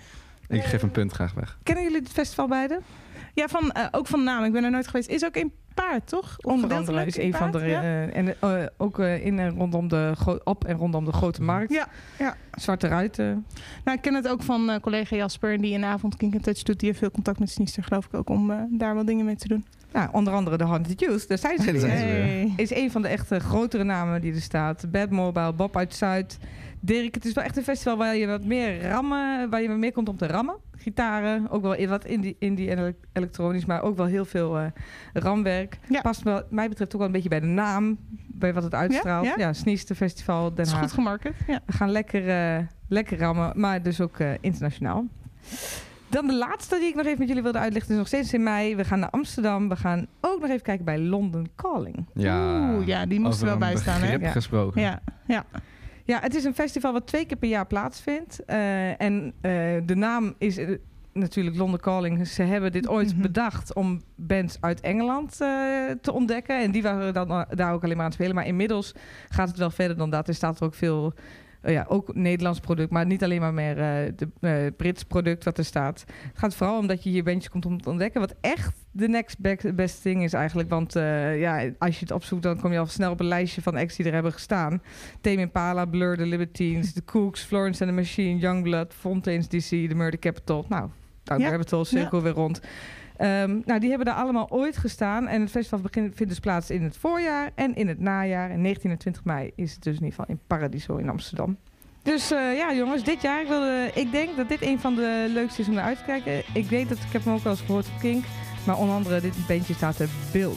Ik geef een punt graag weg. Kennen jullie het festival beide? Ja, van, uh, ook van naam. Ik ben er nooit geweest. Is ook in paard, toch? Of Onder andere gedeeltelijk is in een van de... paard? Ja. Uh, en uh, ook uh, in en rondom de gro- op en rondom de Grote Markt. Ja, ja. Zwarte Ruiten. Nou, ik ken het ook van uh, collega Jasper, die in de avond Kink and Touch doet. Die heeft veel contact met Sinister, geloof ik ook, om uh, daar wel dingen mee te doen. Nou, onder andere de Haunted Youth. Daar zijn ze Daar weer. zijn ze weer. Hey. Is een van de echte grotere namen die er staat. Bad Mobile, Bob uit Zuid. Dirk, het is wel echt een festival waar je wat meer rammen, waar je wat meer komt om te rammen. Gitaren, ook wel wat indie, indie en ele- elektronisch, maar ook wel heel veel uh, ramwerk. Ja. Past wel, mij betreft ook wel een beetje bij de naam, bij wat het uitstraalt. Ja, Ja, ja? Sniester Festival Den Dat is Haag. goed gemarket. Ja. We gaan lekker, uh, lekker rammen, maar dus ook uh, internationaal. Dan de laatste die ik nog even met jullie wilde uitlichten is nog steeds in mei. We gaan naar Amsterdam. We gaan ook nog even kijken bij London Calling. Ja, Oeh, ja, die moest er wel bij staan, hè? Begrip Ja. gesproken. Ja, ja. Ja, het is een festival wat twee keer per jaar plaatsvindt. Uh, en uh, de naam is uh, natuurlijk London Calling. Ze hebben dit ooit Mhm. bedacht om bands uit Engeland uh, te ontdekken. En die waren dan uh, daar ook alleen maar aan het spelen. Maar inmiddels gaat het wel verder dan dat. Er staat er ook veel... Uh, ja, ook Nederlands product, maar niet alleen maar meer uh, de uh, Brits product wat er staat. Het gaat vooral om dat je hier bandjes komt om te ontdekken. Wat echt de next be- best thing is eigenlijk. Want uh, ja, als je het opzoekt, dan kom je al snel op een lijstje van acts die er hebben gestaan. Tame Impala, Blur, The Libertines, The Cooks, Florence and the Machine, Youngblood, Fontaines D C, The Murder Capital. Nou, Down Ja. Capital, cirkel ja. weer rond. Um, nou, die hebben daar allemaal ooit gestaan. En het festival begint, vindt dus plaats in het voorjaar en in het najaar. En negentien en twintig mei is het dus in ieder geval in Paradiso in Amsterdam. Dus uh, ja, jongens, dit jaar, ik, wilde, ik denk dat dit een van de leukste is om naar uit te kijken. Ik weet dat, ik heb hem ook wel eens gehoord op Kink. Maar onder andere, dit bandje staat er Bilk.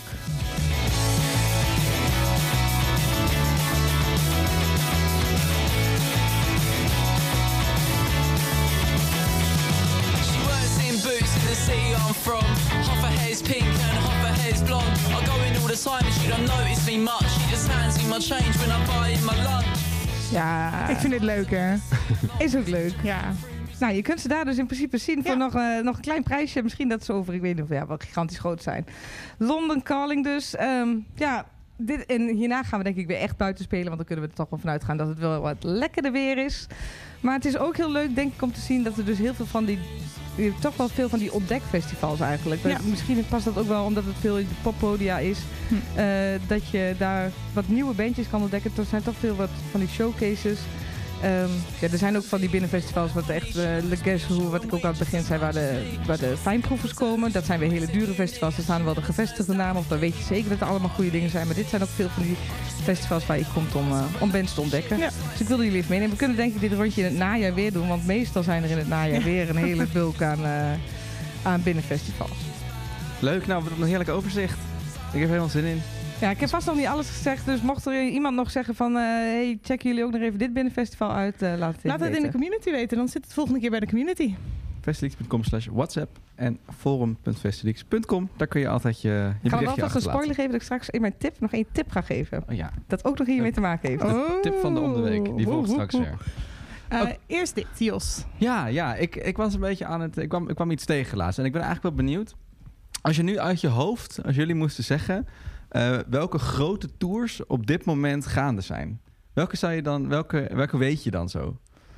I'm from half her hair's pink and half her hair's blonde. I go in all the time and she don't notice me much. She just hands me my change when I'm buying my lunch. Ja, Ik vind dit leuk, hè? is ook leuk. Ja. Nou, je kunt ze daar dus in principe zien voor Ja. nog, uh, nog een klein prijsje. Misschien dat ze over, ik weet niet of ja, wel gigantisch groot zijn. London Calling dus. Um, ja, dit, en hierna gaan we denk ik weer echt buiten spelen. Want dan kunnen we er toch wel vanuit gaan dat het wel wat lekkerder weer is. Maar het is ook heel leuk, denk ik, om te zien dat er dus heel veel van die... Je hebt toch wel veel van die ontdekfestivals eigenlijk. Ja. Misschien past dat ook wel omdat het veel in de poppodia is. Hm. Uh, dat je daar wat nieuwe bandjes kan ontdekken. Er zijn toch veel wat van die showcases. Um, ja, er zijn ook van die binnenfestivals wat echt uh, Le Guess Who, wat ik ook aan het begin zei, waar de, waar de fijnproevers komen. Dat zijn weer hele dure festivals. Er staan wel de gevestigde namen, of dan weet je zeker dat er allemaal goede dingen zijn. Maar dit zijn ook veel van die festivals waar je komt om, uh, om bands te ontdekken. Ja. Dus ik wilde jullie even meenemen. We kunnen denk ik dit rondje in het najaar weer doen, want meestal zijn er in het najaar Ja. weer een hele bulk aan, uh, aan binnenfestivals. Leuk, nou, wat een heerlijk overzicht. Ik heb helemaal zin in. Ja, ik heb vast nog niet alles gezegd, dus mocht er iemand nog zeggen van... Uh, hey, checken jullie ook nog even dit binnenfestival uit, uh, laat het even Laat het in weten. de community weten, dan zit het volgende keer bij de community. Festileaks.com slash WhatsApp en forum.festileaks punt com. Daar kun je altijd je, je Ik ga berichtje hem alvast een achterlaten. spoiler geven dat ik straks in mijn tip nog één tip ga geven. Oh ja, Dat ook nog hiermee te maken heeft. de tip van de om de week. Die volgt Oeh, straks oeh, weer. Uh, Oh. Eerst dit, Jos. Ja, ja ik, ik was een beetje aan het... Ik kwam, ik kwam iets tegen laatst en ik ben eigenlijk wel benieuwd. Als je nu uit je hoofd, als jullie moesten zeggen... Uh, welke grote tours op dit moment gaande zijn? Welke zou je dan... Welke, welke weet je dan zo?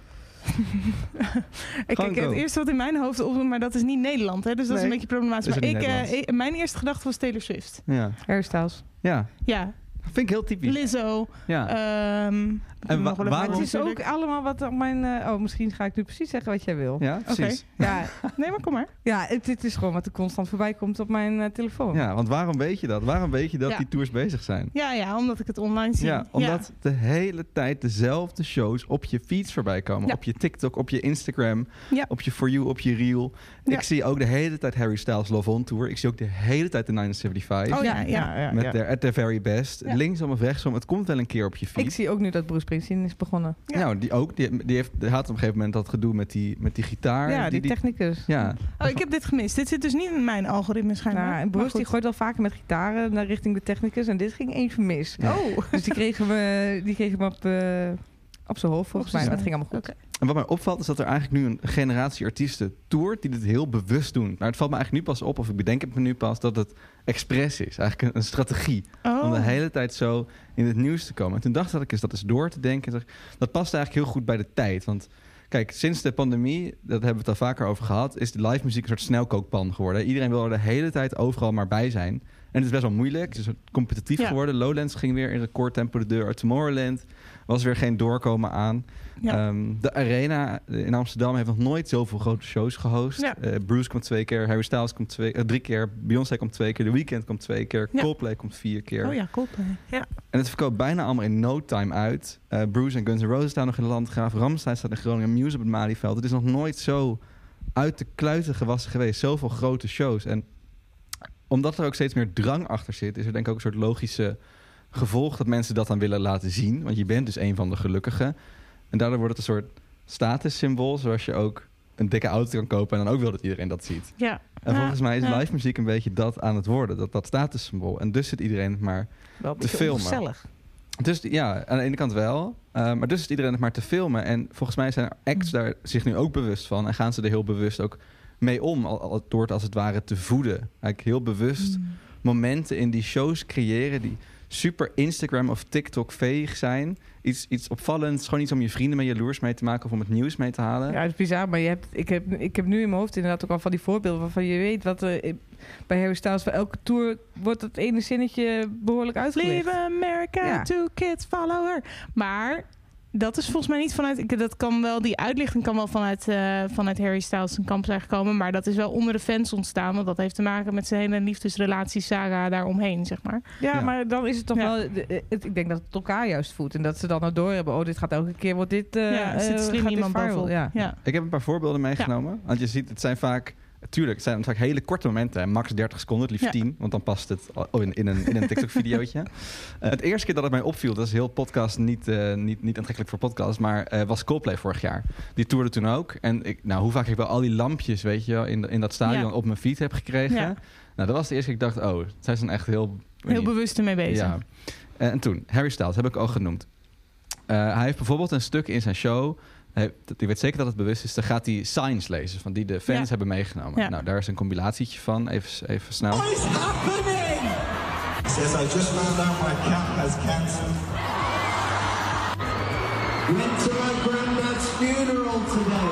ik kijk, het eerste wat in mijn hoofd op, maar dat is niet Nederland, hè, dus dat Nee, is een beetje problematisch. is Maar ook niet ik, uh, Nederlands. ik- mijn eerste gedachte was Taylor Swift. Ja, Hairstyles. ja. Ja, Vind ik heel typisch. Lizzo. Ja. Um, En wa- waarom- Het is ook natuurlijk. allemaal wat op mijn... Uh, oh, misschien ga ik nu precies zeggen wat jij wil. Ja, precies. Ja, Nee, maar kom maar. ja het, het is gewoon wat er constant voorbij komt op mijn uh, telefoon. Ja, want waarom weet je dat? Waarom weet je dat Ja. die tours bezig zijn? Ja, ja, omdat ik het online zie. Ja, omdat de hele tijd dezelfde shows op je feeds voorbij komen. Ja. Op je TikTok, op je Instagram, Ja. op je For You, op je Reel. Ja. Ik zie ook de hele tijd Harry Styles Love On Tour. Ik zie ook de hele tijd de negentien zevenenzeventig. Oh ja, ja. ja, Met ja. their, at their very best. Ja. Linksom of rechtsom. Het komt wel een keer op je feed. Ik zie ook nu dat Bruce Springsteen is begonnen. Ja. Nou, die ook. Die, die, heeft, die had op een gegeven moment dat gedoe met die, met die gitaar. Ja, die, technicus. Ja, Oh, ik heb dit gemist. Dit zit dus niet in mijn algoritme schijnbaar. Nou, en Maar Bruce die goed. gooit wel vaker met gitaren naar richting de technicus. En dit ging even mis. Oh. Dus die kregen we, die kregen we op, uh, op zijn hoofd volgens Op mij. zijn Maar het ging allemaal goed. Oké. en wat mij opvalt is dat er eigenlijk nu een generatie artiesten toert die dit heel bewust doen. Maar het valt me eigenlijk nu pas op, of ik bedenk het me nu pas, dat het expres is. Eigenlijk een, een strategie. Oh. Om de hele tijd zo in het nieuws te komen. En toen dacht ik eens dat eens door te denken. Dat past eigenlijk heel goed bij de tijd. Want kijk, Kijk, sinds de pandemie, dat hebben we het al vaker over gehad, is de live muziek een soort snelkookpan geworden. Iedereen wil er de hele tijd overal maar bij zijn. En het is best wel moeilijk. Het is competitief Ja. geworden. Lowlands ging weer in recordtempo de deur uit. Tomorrowland was weer geen doorkomen aan. Ja. Um, de Arena in Amsterdam heeft nog nooit zoveel grote shows gehost. Ja. Uh, Bruce komt twee keer, Harry Styles komt twee, uh, drie keer, Beyoncé komt twee keer, The Weeknd komt twee keer, Ja. Coldplay komt vier keer. Oh ja, Coldplay. Ja. En het verkoopt bijna allemaal in no time uit. Uh, Bruce en Guns N' Roses staan nog in de Landgraaf. Ramstein staat in Groningen. Muse op het Malieveld. Het is nog nooit zo uit de kluiten gewassen geweest. Zoveel grote shows. En omdat er ook steeds meer drang achter zit, is er denk ik ook een soort logische gevolg dat mensen dat dan willen laten zien. Want je bent dus een van de gelukkigen. En daardoor wordt het een soort statussymbool, zoals je ook een dikke auto kan kopen en dan ook wil dat iedereen dat ziet. Ja. En Ja, volgens mij is ja. live muziek een beetje dat aan het worden, dat, dat statussymbool. En dus zit iedereen het maar Wel een te beetje filmen. ongezellig. Dus ja, aan de ene kant wel. Uh, maar dus is iedereen het maar te filmen. En volgens mij zijn er acts daar zich nu ook bewust van. En gaan ze er heel bewust ook mee om. Al, al, door het als het ware te voeden. Eigenlijk heel bewust Mm. momenten in die shows creëren die super Instagram of TikTok-veeg zijn. Iets, iets opvallends. Gewoon iets om je vrienden mee jaloers mee te maken of om het nieuws mee te halen. Ja, het is bizar, maar je hebt, ik, heb, ik heb nu in mijn hoofd inderdaad ook al van die voorbeelden waarvan je weet wat er bij Harry Styles voor elke tour wordt het ene zinnetje behoorlijk uitgelegd. Leave America, Ja. two kids, follow her. Maar dat is volgens mij niet vanuit... Ik, dat kan wel, die uitlichting kan wel vanuit, uh, vanuit Harry Styles zijn kamp zijn gekomen. Maar dat is wel onder de fans ontstaan. Want dat heeft te maken met zijn hele liefdesrelatiesaga daaromheen, zeg maar. Ja, Ja. maar dan is het toch Ja. wel... de- het, ik denk dat het elkaar juist voedt. En dat ze dan nou doorhebben. Oh, dit gaat elke keer... Wordt dit, uh, ja, er zit uh, slim gaat dit iemand viral. bovenop. Ja. Ja. Ik heb een paar voorbeelden meegenomen. Want je ziet, het zijn vaak... Tuurlijk, het zijn vaak hele korte momenten. Hè. Max dertig seconden, het liefst Ja. tien. Want dan past het oh, in, in een, in een TikTok-videootje. Uh, het eerste keer dat het mij opviel... dat is heel podcast niet, uh, niet, niet aantrekkelijk voor podcast... maar uh, was Coldplay vorig jaar. Die toerde toen ook. En ik, nou, hoe vaak ik wel al die lampjes, weet je wel... in, in dat stadion Ja. op mijn feed heb gekregen. Ja. Nou, dat was de eerste keer dat ik dacht... oh, zij zijn echt heel... Heel bewust ermee bezig. Ja. En, en toen, Harry Styles, heb ik al genoemd. Uh, hij heeft bijvoorbeeld een stuk in zijn show... Hij, ik weet zeker dat het bewust is. Dan gaat hij signs lezen van die de fans Ja. hebben meegenomen. Ja. Nou, daar is een compilatietje van. Even, even snel. What is happening? Says I just found out my cat has cancer. Went to my granddad's funeral today.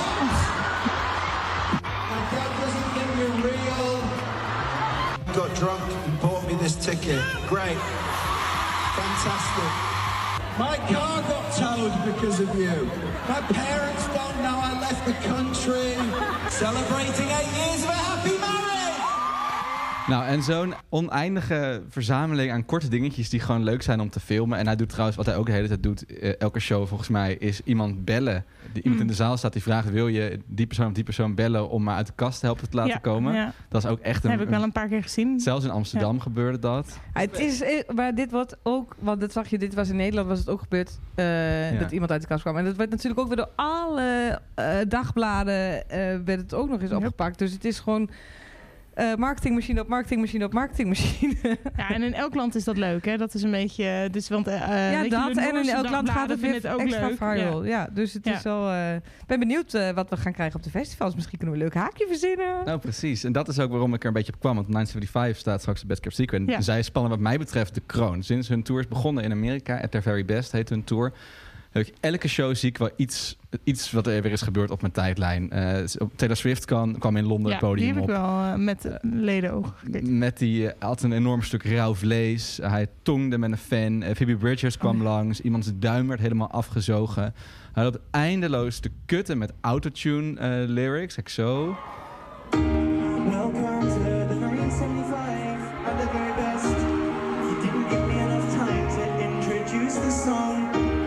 My dad doesn't give me real. Got drunk and bought me this ticket. Great. Fantastic. My car got towed because of you. My parents don't know I left the country. Celebrating eight years of a happy marriage. Nou, en zo'n oneindige verzameling aan korte dingetjes die gewoon leuk zijn om te filmen. En hij doet trouwens, wat hij ook de hele tijd doet, uh, elke show volgens mij, is iemand bellen. Die, iemand in de zaal staat die vraagt, wil je die persoon of die persoon bellen om maar uit de kast te helpen te laten Ja, komen? ja. Dat is ook echt een... heb ik wel een paar keer gezien. Zelfs in Amsterdam gebeurde dat. Ja, het is, eh, maar dit wordt ook, want dat zag je, dit was in Nederland, was het ook gebeurd uh, Ja. dat iemand uit de kast kwam. En dat werd natuurlijk ook weer door alle uh, dagbladen uh, werd het ook nog eens Yep. opgepakt. Dus het is gewoon uh, marketingmachine op marketingmachine op marketingmachine. Ja, en in elk land is dat leuk, hè? Dat is een beetje... Dus, want, uh, ja, weet je, dat. de En in Noorse elk land gaat dagbladen het weer vinden ook extra leuk. viral. Ja. Ja. dus het Ja. is wel... Ik uh, ben benieuwd uh, wat we gaan krijgen op de festivals. Misschien kunnen we een leuk haakje verzinnen. Nou, precies. En dat is ook waarom ik er een beetje op kwam. Want negen vijfenzeventig staat straks de Best Kept Secret. En Ja. zij spannen wat mij betreft de kroon. Sinds hun tour is begonnen in Amerika, At Their Very Best heet hun tour. Heb ik elke show zie ik wel iets, iets wat er weer is gebeurd op mijn tijdlijn. Uh, Taylor Swift kan, kwam in Londen Ja, het podium die heb op. ik wel uh, met uh, ledenogen gekeken. Met die, uh, had een enorm stuk rauw vlees. Hij tongde met een fan. Uh, Phoebe Bridgers kwam Oh. langs. Iemands duim werd helemaal afgezogen. Hij had eindeloos te kutten met autotune uh, lyrics. Kijk zo. Welcome to the nineteen seventy-five at the very best. You didn't give me enough time to introduce the song.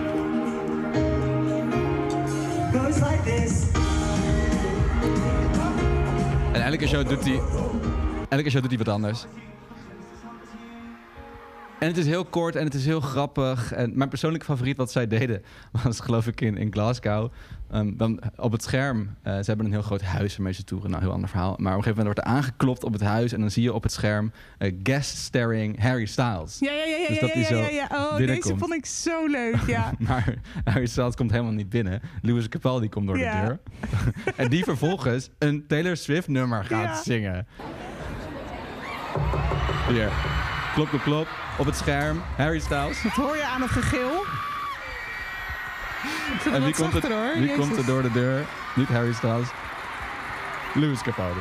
Goes like this. En elke show doet hij... Elke show doet hij wat anders. En het is heel kort en het is heel grappig. En mijn persoonlijke favoriet wat zij deden was geloof ik in, in Glasgow. Um, dan op het scherm. Uh, ze hebben een heel groot huis waarmee ze toeren. Nou, heel ander verhaal. Maar op een gegeven moment wordt er aangeklopt op het huis. En dan zie je op het scherm uh, guest starring Harry Styles. Ja, ja, ja, ja, Dus ja, dat ja, die zo ja, ja. Oh, deze binnenkomt. vond ik zo leuk, ja. Maar Harry Styles komt helemaal niet binnen. Lewis Capaldi komt door Ja. de deur. En die vervolgens een Taylor Swift nummer gaat Ja. zingen. Hier. Klop, klop, klop. Op het scherm. Harry Styles. Dat hoor je aan het gegil. zit er En wie, wat komt, het, zachter, hoor. wie Jezus. komt er door de deur? Niet Harry Styles. Lewis Capaldi.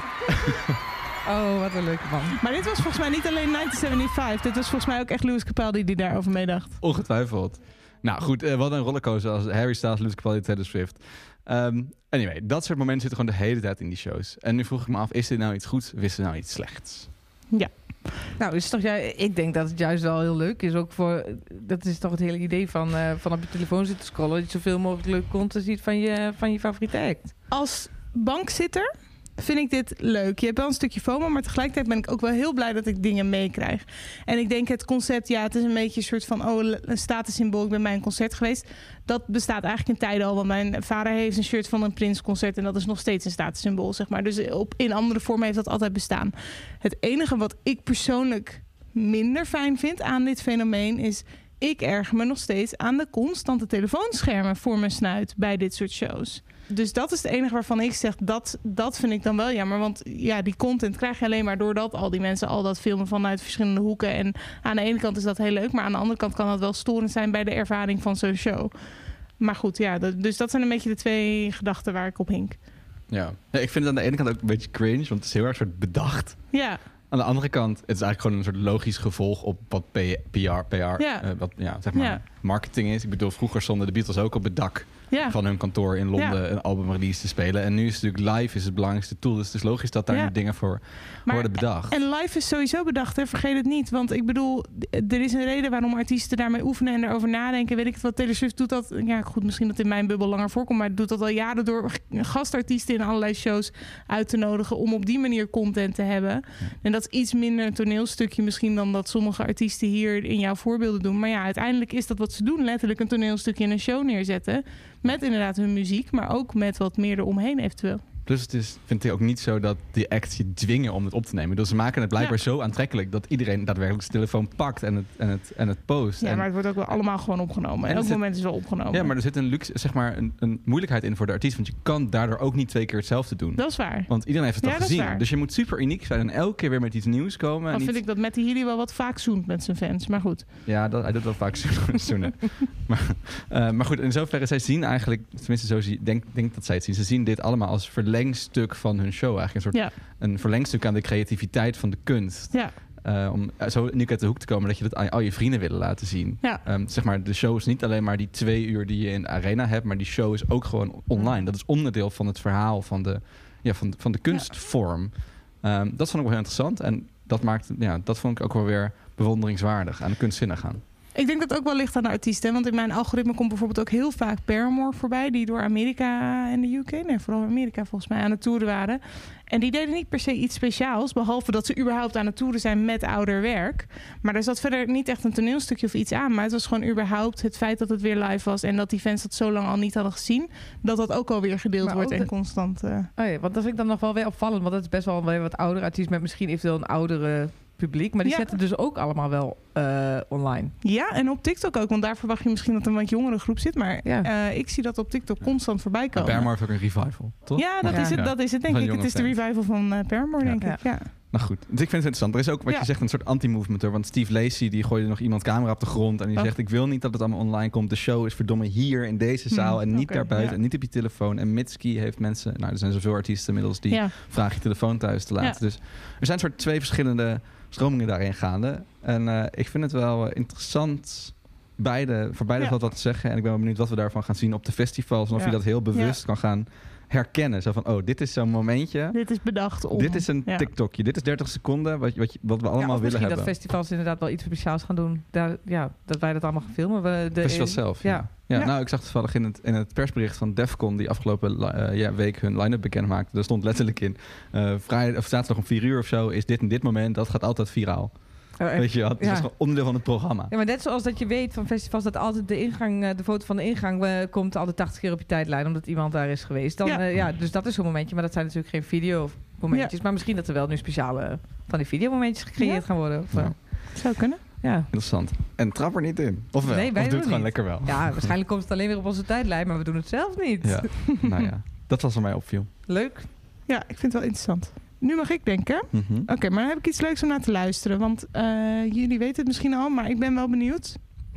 Oh, wat een leuke man. Maar dit was volgens mij niet alleen negentien zevenenzeventig. Dit was volgens mij ook echt Lewis Capaldi die daarover meedacht. Ongetwijfeld. Nou goed, uh, wat een rollercoaster als Harry Styles, Lewis Capaldi, Taylor Swift. Um, anyway, dat soort momenten zitten gewoon de hele tijd in die shows. En nu vroeg ik me af, is dit nou iets goeds of is dit nou iets slechts? Ja. Nou, is toch, ja, ik denk dat het juist wel heel leuk is. Ook voor, dat is toch het hele idee van, uh, van op je telefoon zitten scrollen. Dat je zoveel mogelijk leuke content ziet van je, van je favoriete act. Als bankzitter vind ik dit leuk. Je hebt wel een stukje FOMO, maar tegelijkertijd ben ik ook wel heel blij dat ik dingen meekrijg. En ik denk het concept, ja, het is een beetje een soort van, oh, een statussymbool. Ik ben bij een concert geweest. Dat bestaat eigenlijk in tijden al. Want mijn vader heeft een shirt van een Prince-concert en dat is nog steeds een statussymbool, zeg maar. Dus op, in andere vormen heeft dat altijd bestaan. Het enige wat ik persoonlijk minder fijn vind aan dit fenomeen is, ik erger me nog steeds aan de constante telefoonschermen voor mijn snuit bij dit soort shows. Dus dat is het enige waarvan ik zeg, dat, dat vind ik dan wel jammer. Want ja, die content krijg je alleen maar doordat al die mensen al dat filmen vanuit verschillende hoeken. En aan de ene kant is dat heel leuk, maar aan de andere kant kan dat wel storend zijn bij de ervaring van zo'n show. Maar goed, ja, dat, dus dat zijn een beetje de twee gedachten waar ik op hink. Ja. Ja, ik vind het aan de ene kant ook een beetje cringe, want het is heel erg soort bedacht. Ja. Aan de andere kant, het is eigenlijk gewoon een soort logisch gevolg op wat P R, P R Ja. uh, wat ja, zeg maar Ja. marketing is. Ik bedoel, vroeger stonden de Beatles ook op het dak Ja. van hun kantoor in Londen Ja. een album release te spelen. En nu is het natuurlijk live is het belangrijkste tool. Dus het is logisch dat daar Ja. nu dingen voor Maar- worden bedacht. En live is sowieso bedacht, hè? Vergeet het niet. Want ik bedoel, er is een reden waarom artiesten daarmee oefenen en erover nadenken. Weet ik het wat, Taylor Swift doet dat. Ja, goed, misschien dat in mijn bubbel langer voorkomt, maar doet dat al jaren door gastartiesten in allerlei shows uit te nodigen om op die manier content te hebben. En dat is iets minder een toneelstukje misschien dan dat sommige artiesten hier in jouw voorbeelden doen. Maar ja, uiteindelijk is dat wat ze doen, letterlijk een toneelstukje in een show neerzetten. Met inderdaad hun muziek, maar ook met wat meer eromheen eventueel. Plus het is, vind ik ook niet zo dat die acts je dwingen om het op te nemen. Dus ze maken het blijkbaar Ja. zo aantrekkelijk dat iedereen daadwerkelijk zijn telefoon pakt en het, en het, en het post. Ja, en, maar het wordt ook wel allemaal gewoon opgenomen. En Elk er zit- moment is wel opgenomen. ja, maar er zit een, luxe, zeg maar een, een moeilijkheid in voor de artiest. Want je kan daardoor ook niet twee keer hetzelfde doen. Dat is waar. Want iedereen heeft het Ja, al dat is gezien. waar. Dus je moet super uniek zijn en elke keer weer met iets nieuws komen. Dan en vind niet- ik dat Matty Healy wel wat vaak zoent met zijn fans. Maar goed. Ja, dat, hij doet wel vaak zoenen. maar, uh, maar goed, in zoverre, zij zien eigenlijk, tenminste zo zie, denk, denk dat zij het zien. Ze zien dit allemaal als verlengstuk van hun show. Eigenlijk een soort Ja. een verlengstuk aan de creativiteit van de kunst. Ja. Uh, om uh, zo uniek uit de hoek te komen dat je dat aan al je vrienden willen laten zien. Ja. Um, zeg maar, de show is niet alleen maar die twee uur die je in de arena hebt, maar die show is ook gewoon online. Dat is onderdeel van het verhaal van de, ja, van, van de kunstvorm. Um, dat vond ik wel heel interessant. En dat maakt, ja, dat vond ik ook wel weer bewonderingswaardig aan de kunstzinnig gaan. Ik denk dat het ook wel ligt aan de artiesten. Want in mijn algoritme komt bijvoorbeeld ook heel vaak Paramore voorbij. Die door Amerika en de U K, nee, vooral Amerika volgens mij, aan het toeren waren. En die deden niet per se iets speciaals. Behalve dat ze überhaupt aan het toeren zijn met ouder werk. Maar er zat verder niet echt een toneelstukje of iets aan. Maar het was gewoon überhaupt het feit dat het weer live was. En dat die fans dat zo lang al niet hadden gezien. Dat dat ook alweer gedeeld Maar wordt ook en de- constant. Uh... Oh ja, want dat vind ik dan nog wel weer opvallend. Want dat is best wel weer wat oudere artiest met misschien eventueel een oudere publiek. Maar die Ja. zetten dus ook allemaal wel uh, online. Ja, en op TikTok ook. Want daar verwacht je misschien dat een wat jongere groep zit. Maar Ja. uh, ik zie dat op TikTok constant voorbij Maar komen. Paramore heeft ook een revival, toch? Ja, dat Ja. is het, Ja. dat is het denk Van ik. jonge Het is de fans. revival van uh, Paramore, Ja. denk Ja. ik. Ja. Nou goed, dus ik vind het interessant. Er is ook, wat Ja. je zegt, een soort anti-movement hoor. Want Steve Lacy, die gooide nog iemand camera op de grond en die Oh. zegt, ik wil niet dat het allemaal online komt. De show is verdomme hier in deze zaal Hmm, en niet oké, daarbuiten ja. en niet op je telefoon. En Mitski heeft mensen, nou er zijn zoveel artiesten inmiddels die Ja. vragen je telefoon thuis te laten. Dus er zijn soort twee verschillende stromingen daarin gaande. En uh, ik vind het wel uh, interessant. Beide, voor beide Ja. valt wat te zeggen. En ik ben wel benieuwd wat we daarvan gaan zien op de festivals. En of Ja. je dat heel bewust kan gaan herkennen. Zo van, oh, dit is zo'n momentje. Dit is bedacht om. Dit is een ja. TikTokje. Dit is dertig seconden wat, je- wat, je- wat we allemaal ja, of willen misschien hebben. dat festivals inderdaad wel iets speciaals gaan doen. Daar, ja, dat wij dat allemaal gaan filmen. We, de, Festival zelf. Ja. Ja. Ja, Ja. nou, ik zag toevallig in het, in het persbericht van Defcon die afgelopen uh, ja, week hun line-up bekend maakte. Daar stond letterlijk in. Uh, vrijdag of zaterdag om vier uur of zo is dit en dit moment. Dat gaat altijd viraal. Oh, echt? Weet je wel? Het is Ja. gewoon onderdeel van het programma. Ja, maar net zoals dat je weet van festivals dat altijd de ingang, eh, de foto van de ingang eh, komt altijd tachtig keer op je tijdlijn omdat iemand daar is geweest. Dan, Ja. ja. ja, dus dat is zo'n momentje, maar dat zijn natuurlijk geen videomomentjes. Maar misschien dat er wel nu speciale van die videomomentjes gecreëerd Ja. gaan worden. Of, Ja. ja. Zou kunnen. Ja. Interessant. En trap er niet in. Of wel? Nee, wij of doe doen het gewoon niet. lekker wel. ja, waarschijnlijk komt het alleen weer op onze tijdlijn, maar we doen het zelf niet. Ja. Nou ja, dat was wat mij opviel. Leuk. Ja, ik vind het wel interessant. Nu mag ik denken. Oké, Mhm. maar dan heb ik iets leuks om naar te luisteren. Want uh, jullie weten het misschien al, maar ik ben wel benieuwd.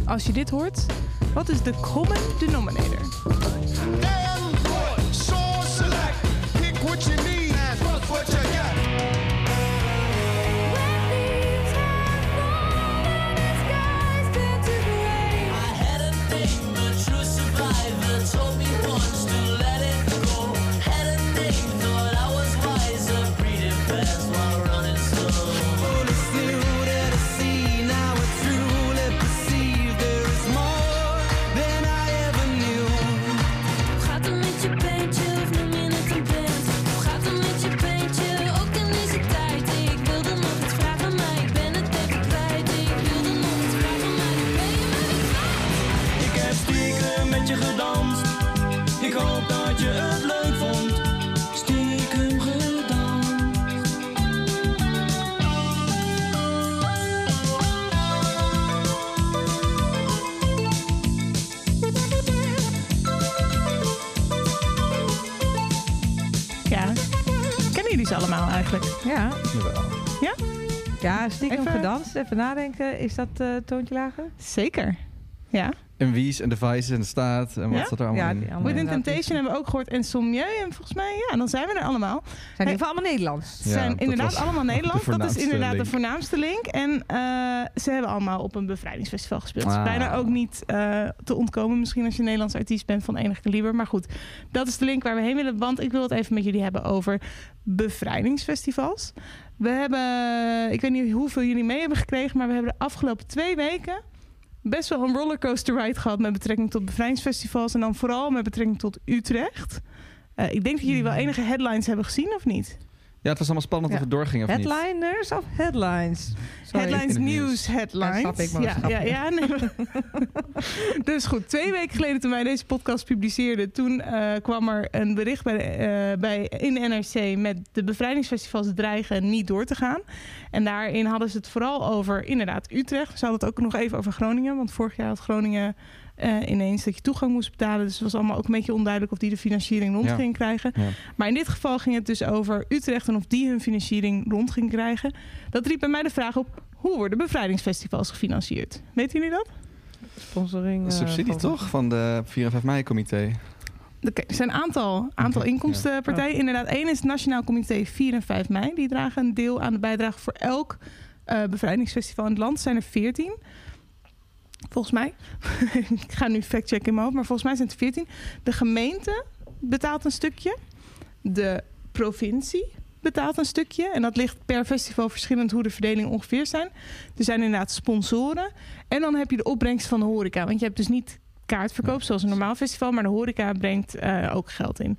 als je dit hoort, wat is de common denominator? Allemaal eigenlijk. Ja. Jawel. Ja? Ja, stiekem Even- gedanst. Even nadenken. Is dat eh toontje lager? Zeker. Ja. En Wies en Device en de Staat. En wat Ja? zat er allemaal Ja, in? die allemaal. Within inderdaad. Temptation hebben we ook gehoord. En Sommieu. En volgens mij, ja, dan zijn we er allemaal. Zijn in ieder geval allemaal Nederlands. Ze Ja, zijn dat inderdaad was allemaal de Nederlands. Dat is voornaamste inderdaad link. de voornaamste link. En uh, ze hebben allemaal op een bevrijdingsfestival gespeeld. Ah. Dus bijna ook niet uh, te ontkomen. Misschien als je een Nederlands artiest bent van enig kaliber. Maar goed, dat is de link waar we heen willen. Want ik wil het even met jullie hebben over bevrijdingsfestivals. We hebben, ik weet niet hoeveel jullie mee hebben gekregen, maar we hebben de afgelopen twee weken best wel een rollercoaster ride gehad met betrekking tot bevrijdingsfestivals. En dan vooral met betrekking tot Utrecht. Uh, ik denk dat jullie wel enige headlines hebben gezien, of niet? Ja, het was allemaal spannend Ja. of het doorging of niet. Headliners of headlines? Sorry. Headlines, in het nieuws, nieuws. headlines. Ja, snap ik, maar ja, snap ja, je. ja, nee, maar- Dus goed, twee weken geleden toen wij deze podcast publiceerden, toen uh, kwam er een bericht bij, de, uh, bij in de N R C met de bevrijdingsfestivals dreigen niet door te gaan. En daarin hadden ze het vooral over inderdaad Utrecht. Ze hadden het ook nog even over Groningen, want vorig jaar had Groningen uh, ineens dat je toegang moest betalen. Dus het was allemaal ook een beetje onduidelijk of die de financiering rond Ja. ging krijgen. Ja. Maar in dit geval ging het dus over Utrecht en of die hun financiering rond ging krijgen. Dat riep bij mij de vraag op, hoe worden bevrijdingsfestivals gefinancierd? Weten jullie dat? Sponsoring. Een eh, subsidie van- toch? Van de vier en vijf mei-comité. Oké, er zijn een aantal, aantal Oké, inkomstenpartijen. Inderdaad, één is het Nationaal Comité vier en vijf mei. Die dragen een deel aan de bijdrage voor elk uh, bevrijdingsfestival in het land. Zijn er veertien. Volgens mij. Ik ga nu factchecken in mijn hoofd, maar volgens mij zijn het veertien. De gemeente betaalt een stukje. De provincie betaalt een stukje. En dat ligt per festival verschillend hoe de verdelingen ongeveer zijn. Er zijn inderdaad sponsoren. En dan heb je de opbrengst van de horeca. Want je hebt dus niet kaartverkoop zoals een normaal festival, maar de horeca brengt uh, ook geld in.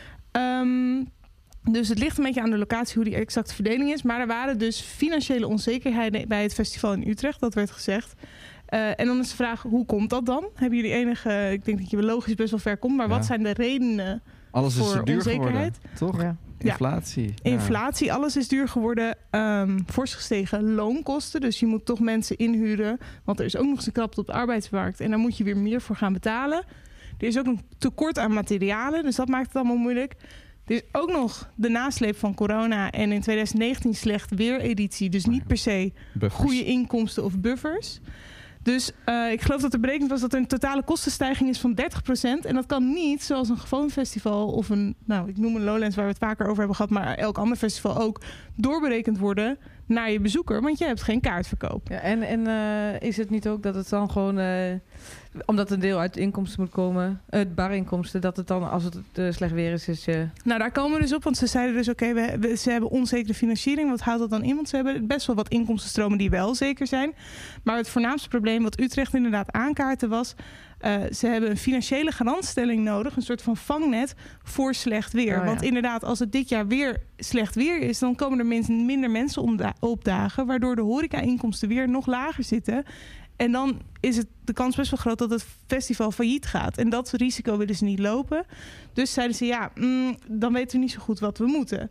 Um, dus het ligt een beetje aan de locatie hoe die exacte verdeling is. Maar er waren dus financiële onzekerheden bij het festival in Utrecht. Dat werd gezegd. Uh, en dan is de vraag, hoe komt dat dan? Hebben jullie enige, ik denk dat je logisch best wel ver komt, maar Ja. wat zijn de redenen? Alles is Voor te duur onzekerheid. geworden, toch? Ja. Inflatie. Ja. Inflatie, alles is duur geworden. Um, fors gestegen loonkosten. Dus je moet toch mensen inhuren. Want er is ook nog eens een krapte op de arbeidsmarkt. En daar moet je weer meer voor gaan betalen. Er is ook een tekort aan materialen. Dus dat maakt het allemaal moeilijk. Er is ook nog de nasleep van corona. En in twintig negentien slecht weereditie. Dus niet per se Buffers. goede inkomsten of buffers. Dus uh, ik geloof dat er berekend was dat er een totale kostenstijging is van dertig procent. En dat kan niet, zoals een gewoon festival of een, nou ik noem een Lowlands waar we het vaker over hebben gehad, maar elk ander festival ook, doorberekend worden naar je bezoeker. Want je hebt geen kaartverkoop. Ja, en en uh, is het niet ook dat het dan gewoon, uh, omdat een deel uit de inkomsten moet komen, uit barinkomsten, dat het dan als het uh, slecht weer is, is je... Nou, daar komen we dus op, want ze zeiden dus oké, okay, we, we, ze hebben onzekere financiering. Wat houdt dat dan in? Want ze hebben best wel wat inkomstenstromen die wel zeker zijn. Maar het voornaamste probleem wat Utrecht inderdaad aankaarten was, Uh, ze hebben een financiële garantstelling nodig, een soort van vangnet voor slecht weer. Oh, ja. Want inderdaad, als het dit jaar weer slecht weer is, dan komen er min- minder mensen omda- opdagen, waardoor de horeca-inkomsten weer nog lager zitten. En dan is het de kans best wel groot dat het festival failliet gaat. En dat risico willen ze niet lopen. Dus zeiden ze, ja, mm, dan weten we niet zo goed wat we moeten.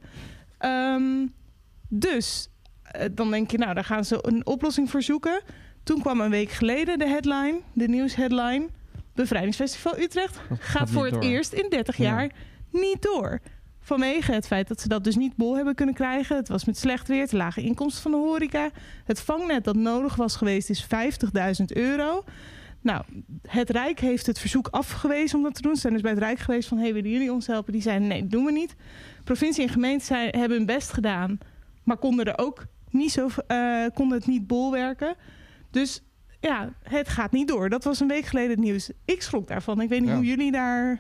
Um, dus, uh, dan denk je, nou, daar gaan ze een oplossing voor zoeken. Toen kwam een week geleden de headline, de nieuwsheadline. Bevrijdingsfestival Utrecht gaat, gaat voor niet het door. eerst in dertig Ja. jaar niet door. Vanwege het feit dat ze dat dus niet bol hebben kunnen krijgen. Het was met slecht weer, te lage inkomsten van de horeca. Het vangnet dat nodig was geweest is vijftigduizend euro. Nou, het Rijk heeft het verzoek afgewezen om dat te doen. Ze zijn dus bij het Rijk geweest van... hey, willen jullie ons helpen? Die zeiden nee, dat doen we niet. Provincie en gemeente zei, hebben hun best gedaan... maar konden er ook niet zo, uh, konden het niet bolwerken. Dus ja, het gaat niet door. Dat was een week geleden het nieuws. Ik schrok daarvan. Ik weet niet ja. hoe jullie daar...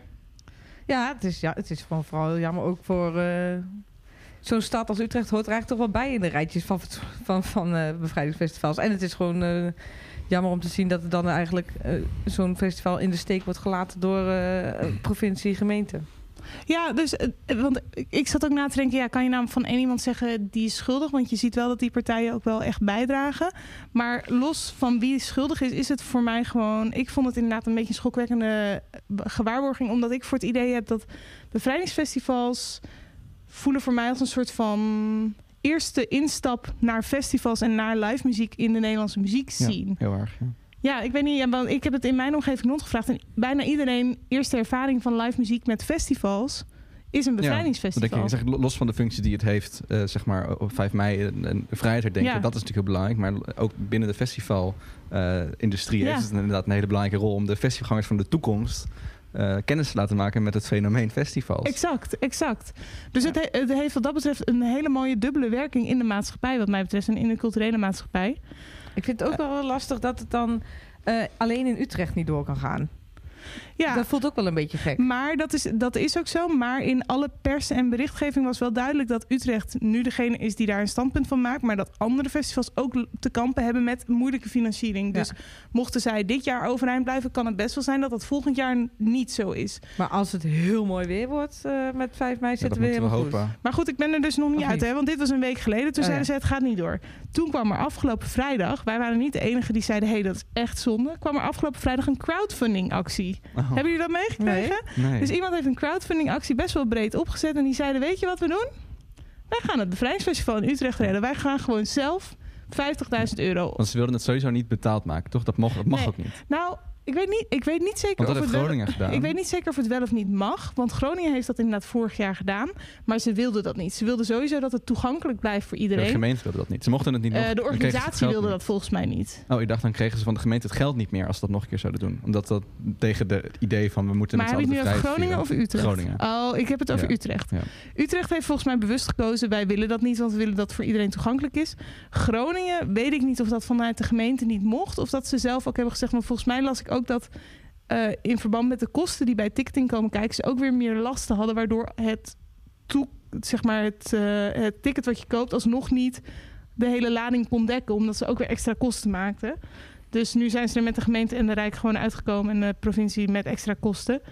Ja, het is, ja, het is gewoon vooral jammer ook voor... Uh, zo'n stad als Utrecht hoort er eigenlijk toch wel bij... in de rijtjes van, van, van uh, bevrijdingsfestivals. En het is gewoon... Uh, jammer om te zien dat er dan eigenlijk uh, zo'n festival in de steek wordt gelaten door uh, provincie, gemeente. Ja, dus uh, want ik zat ook na te denken, ja, kan je nou van één iemand zeggen die is schuldig? Want je ziet wel dat die partijen ook wel echt bijdragen. Maar los van wie schuldig is, is het voor mij gewoon... Ik vond het inderdaad een beetje een schokwekkende gewaarborging, omdat ik voor het idee heb dat bevrijdingsfestivals voelen voor mij als een soort van eerste instap naar festivals en naar live muziek in de Nederlandse muziekscene. Ja, heel erg. Ja. Ja, ik weet niet. Ja, ik heb het in mijn omgeving rondgevraagd. En bijna iedereen eerste ervaring van live muziek met festivals is een bevrijdingsfestival. Ja, dat denk ik, zeg, los van de functie die het heeft, uh, zeg maar op vijf mei een vrijheidsherdenking. Ja. Dat is natuurlijk heel belangrijk. Maar ook binnen de festivalindustrie uh, ja. heeft het inderdaad een hele belangrijke rol om de festivalgangers van de toekomst Uh, kennis te laten maken met het fenomeen festivals. Exact, exact. Dus ja. het, he- het heeft wat dat betreft een hele mooie dubbele werking in de maatschappij, wat mij betreft, en in de culturele maatschappij. Ik vind het ook uh, wel lastig dat het dan uh, alleen in Utrecht niet door kan gaan. Ja, dat voelt ook wel een beetje gek. Maar dat is, dat is ook zo. Maar in alle pers en berichtgeving was wel duidelijk dat Utrecht nu degene is die daar een standpunt van maakt. Maar dat andere festivals ook te kampen hebben met moeilijke financiering. Dus ja. mochten zij dit jaar overeind blijven, kan het best wel zijn dat dat volgend jaar niet zo is. Maar als het heel mooi weer wordt uh, met vijf mei, zitten ja, we helemaal we goed. Maar goed, ik ben er dus nog niet of uit. Niet? Hè, want dit was een week geleden. Toen oh, zeiden ja. ze het gaat niet door. Toen kwam er afgelopen vrijdag, wij waren niet de enige die zeiden, hé, hey, dat is echt zonde. Kwam er afgelopen vrijdag een crowdfunding actie. Oh. Hebben jullie dat meegekregen? Nee. Nee. Dus iemand heeft een crowdfunding actie best wel breed opgezet. En die zeiden, weet je wat we doen? Wij gaan het bevrijdingsfestival in Utrecht redden. Wij gaan gewoon zelf vijftigduizend euro. Want ze wilden het sowieso niet betaald maken, toch? Dat mag, dat mag nee. ook niet. Nou, ik weet niet, ik weet niet zeker of het wel, gedaan. Ik weet niet zeker of het wel of niet mag. Want Groningen heeft dat inderdaad vorig jaar gedaan. Maar ze wilden dat niet. Ze wilden sowieso dat het toegankelijk blijft voor iedereen. De gemeente wilde dat niet. Ze mochten het niet nog. Uh, de organisatie wilde niet. dat volgens mij niet. Oh, ik dacht dan kregen ze van de gemeente het geld niet meer als ze dat nog een keer zouden doen. Omdat dat tegen de het idee van we moeten maar met z'n allen Maar heb je het nu over Groningen vieren. of Utrecht? Groningen. Oh, ik heb het over ja. Utrecht. Ja. Utrecht heeft volgens mij bewust gekozen. Wij willen dat niet, want we willen dat het voor iedereen toegankelijk is. Groningen weet ik niet of dat vanuit de gemeente niet mocht. Of dat ze zelf ook hebben gezegd. Maar volgens mij las ik ook dat Uh, in verband met de kosten die bij ticketing komen kijken, ze ook weer meer lasten hadden, waardoor het, toe, zeg maar het, uh, het ticket wat je koopt alsnog niet de hele lading kon dekken, omdat ze ook weer extra kosten maakten. Dus nu zijn ze er met de gemeente en de Rijk gewoon uitgekomen en de provincie met extra kosten.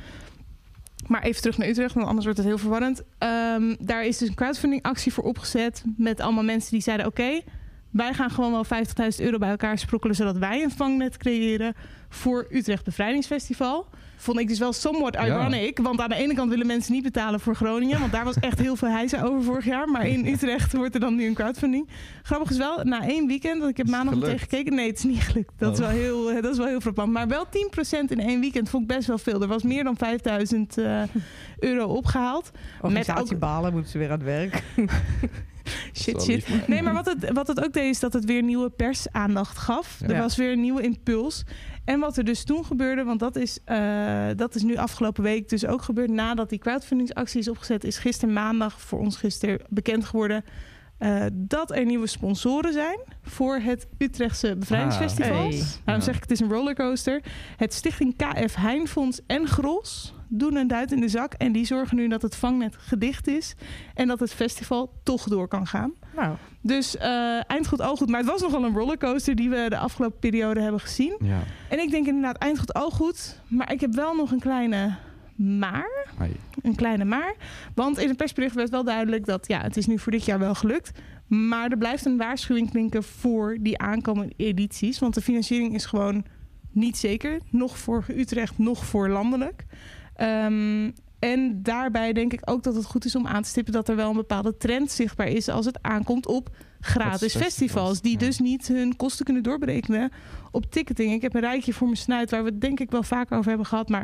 Maar even terug naar Utrecht, want anders wordt het heel verwarrend. Um, daar is dus een crowdfunding actie voor opgezet met allemaal mensen die zeiden oké, okay, wij gaan gewoon wel vijftigduizend euro bij elkaar sprokkelen, zodat wij een vangnet creëren voor Utrecht Bevrijdingsfestival. Vond ik dus wel somewhat ironic. Ja. Want aan de ene kant willen mensen niet betalen voor Groningen. Want daar was echt heel veel heisa over vorig jaar. Maar in Utrecht wordt er dan nu een crowdfunding. Grappig is wel, na één weekend, want ik heb maandag meteen gekeken. Nee, het is niet gelukt. Dat, oh. is, wel heel, dat is wel heel frappant. Maar wel tien procent in één weekend vond ik best wel veel. Er was meer dan vijfduizend uh, euro opgehaald. Organisatiebalen ook moeten ze weer aan het werk. Shit, shit. Nee, maar wat het, wat het ook deed is dat het weer nieuwe persaandacht gaf. Ja. Er was weer een nieuwe impuls. En wat er dus toen gebeurde, want dat is, uh, dat is nu afgelopen week dus ook gebeurd nadat die crowdfundingsactie is opgezet, is gisteren maandag voor ons gisteren bekend geworden uh, dat er nieuwe sponsoren zijn voor het Utrechtse Bevrijdingsfestival. Ah, hey. Daarom zeg ik, het is een rollercoaster. Het Stichting K F Heijnfonds en Gros doen een duit in de zak en die zorgen nu dat het vangnet gedicht is en dat het festival toch door kan gaan. Nou. Dus uh, eind goed, al goed. Maar het was nogal een rollercoaster die we de afgelopen periode hebben gezien. Ja. En ik denk inderdaad eind goed, al goed. Maar ik heb wel nog een kleine maar. Hey. Een kleine maar. Want in het persbericht werd wel duidelijk dat ja, het is nu voor dit jaar wel gelukt. Maar er blijft een waarschuwing klinken voor die aankomende edities. Want de financiering is gewoon niet zeker. Nog voor Utrecht, nog voor landelijk. Um, en daarbij denk ik ook dat het goed is om aan te stippen dat er wel een bepaalde trend zichtbaar is als het aankomt op gratis festivals. festivals die ja. dus niet hun kosten kunnen doorberekenen op ticketing. Ik heb een rijtje voor mijn snuit waar we het denk ik wel vaker over hebben gehad, maar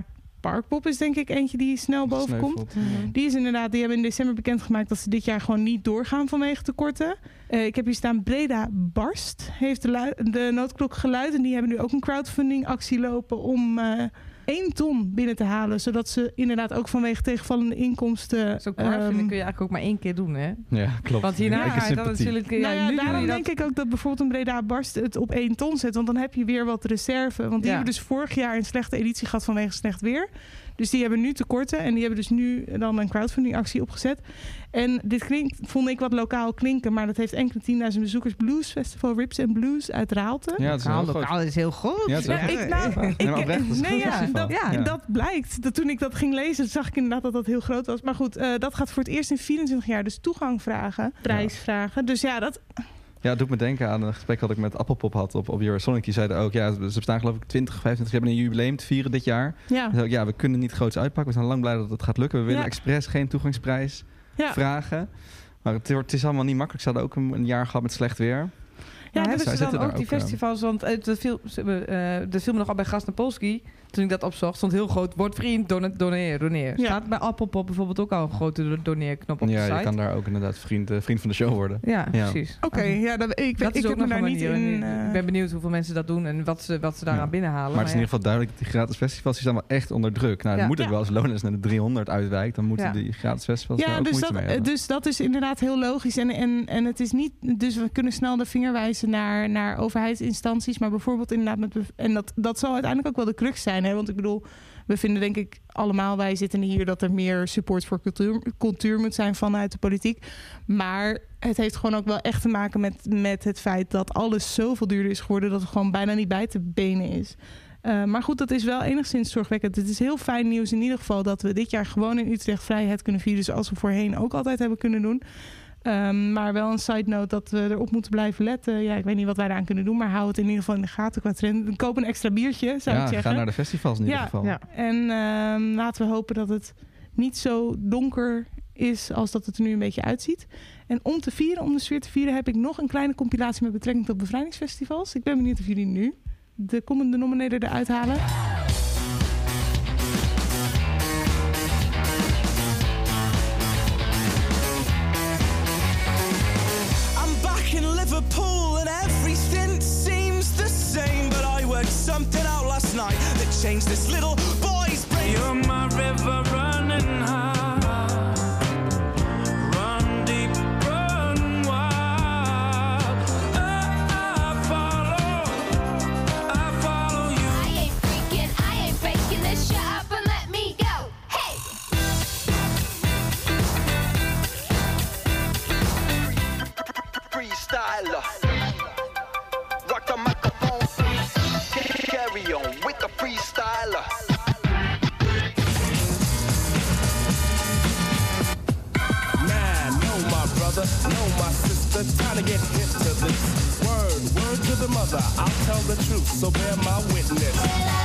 Parkpop is denk ik eentje die snel boven komt. Sneuvelt. Die is inderdaad, die hebben in december bekendgemaakt dat ze dit jaar gewoon niet doorgaan vanwege tekorten. Uh, ik heb hier staan Breda Barst, heeft de, lu- de noodklok geluid. En die hebben nu ook een crowdfunding actie lopen om uh, één ton binnen te halen. Zodat ze inderdaad ook vanwege tegenvallende inkomsten... Zo'n crowdfunding um, kun je eigenlijk ook maar één keer doen, hè? Ja, klopt. Want hierna Rijke ga je dan sympathie. natuurlijk... Ja, nou ja, nu doe daarom je denk dat... ik ook dat bijvoorbeeld een Breda Barst het op één ton zet. Want dan heb je weer wat reserve. Want die Ja. hebben dus vorig jaar een slechte editie gehad vanwege slecht weer. Dus die hebben nu tekorten. En die hebben dus nu dan een crowdfunding actie opgezet. En dit klinkt, vond ik wat lokaal klinken. Maar dat heeft enkele tienduizend bezoekers. Blues Festival Rips and Blues uit Raalte. Ja, het is Lokaal, heel groot. lokaal is heel groot. Ja, het is Ja, echt- ik, nou, ik, Nee, maar oprecht, dat is een nee, groot ja, festival. dat, Ja. dat blijkt. Dat toen ik dat ging lezen, zag ik inderdaad dat dat heel groot was. Maar goed, uh, dat gaat voor het eerst in vierentwintig jaar dus toegang vragen. Prijs vragen. Dus ja, dat... Ja, het doet me denken aan een gesprek dat ik met Appelpop had op, op Eurosonic. Die zeiden ook, ja, ze bestaan geloof ik twintig, vijfentwintig. Ze hebben een jubileum te vieren dit jaar. Ja. Dus ook, ja, we kunnen niet groots uitpakken. We zijn lang blij dat het gaat lukken. We willen Ja. expres geen toegangsprijs Ja. vragen. Maar het, wordt- het is allemaal niet makkelijk. Ze hadden ook een, een jaar gehad met slecht weer. Ja, Ja, hebben zij ze dan zitten ook daar die ook, festivals? Want uh, dat viel, uh, dat viel me nog al bij Gasnapolski. Toen ik dat opzocht, stond heel groot. Word vriend, doneer, doneer. doneer. Ja. Staat bij Appelpop bijvoorbeeld ook al een grote doneerknop op Ja, de je site. kan daar ook inderdaad vriend, uh, vriend van de show worden. Ja, Ja. precies. Oké, ja, dat, ik, Dat ik is ook heb me nog daar een niet manier. in... En uh, Ik ben benieuwd hoeveel mensen dat doen en wat ze, wat ze daaraan Ja. binnenhalen. Maar het is in ja. ieder geval duidelijk dat die gratis festivals die staan wel echt onder druk. Nou, Ja. dan moet het Ja. wel als loonless naar de driehonderd uitwijkt. Dan moeten Ja. die gratis festivals daar ja, ook dus moeite dat, mee hebben. dus dat is inderdaad heel logisch. En, en, en het is niet... Dus we kunnen snel de vinger wijzen naar, naar overheidsinstanties. Maar bijvoorbeeld inderdaad met... bev- En dat, dat zal uiteindelijk ook wel de crux zijn. Hè? Want ik bedoel, we vinden denk ik allemaal... Wij zitten hier dat er meer support voor cultuur, cultuur moet zijn vanuit de politiek. Maar het heeft gewoon ook wel echt te maken met, met het feit... dat alles zoveel duurder is geworden... dat het gewoon bijna niet bij te benen is. Uh, maar goed, dat is wel enigszins zorgwekkend. Het is heel fijn nieuws in ieder geval... dat we dit jaar gewoon in Utrecht vrijheid kunnen vieren... zoals we voorheen ook altijd hebben kunnen doen. Um, maar wel een side note dat we erop moeten blijven letten. Ja, ik weet niet wat wij eraan kunnen doen... maar hou het in ieder geval in de gaten qua trend. Koop een extra biertje, zou ja, ik zeggen. ga naar de festivals in Ja, ieder geval. ja. En um, laten we hopen dat het niet zo donker is... als dat het er nu een beetje uitziet. En om te vieren, om de sfeer te vieren... heb ik nog een kleine compilatie met betrekking tot bevrijdingsfestivals. Ik ben benieuwd of jullie nu de komende nominator eruit halen. Liverpool and everything seems the same, but I worked something out last night that changed this little boy's brain. You're my river running high, run deep, run wild. I follow, I follow you. I ain't freaking, I ain't faking this. Shut up and let me go. Hey! Freestyler, rock the microphone, carry on with the freestyler. Man, know my brother, know my sister, time to get hip to this. Word, word to the mother, I'll tell the truth, so bear my witness.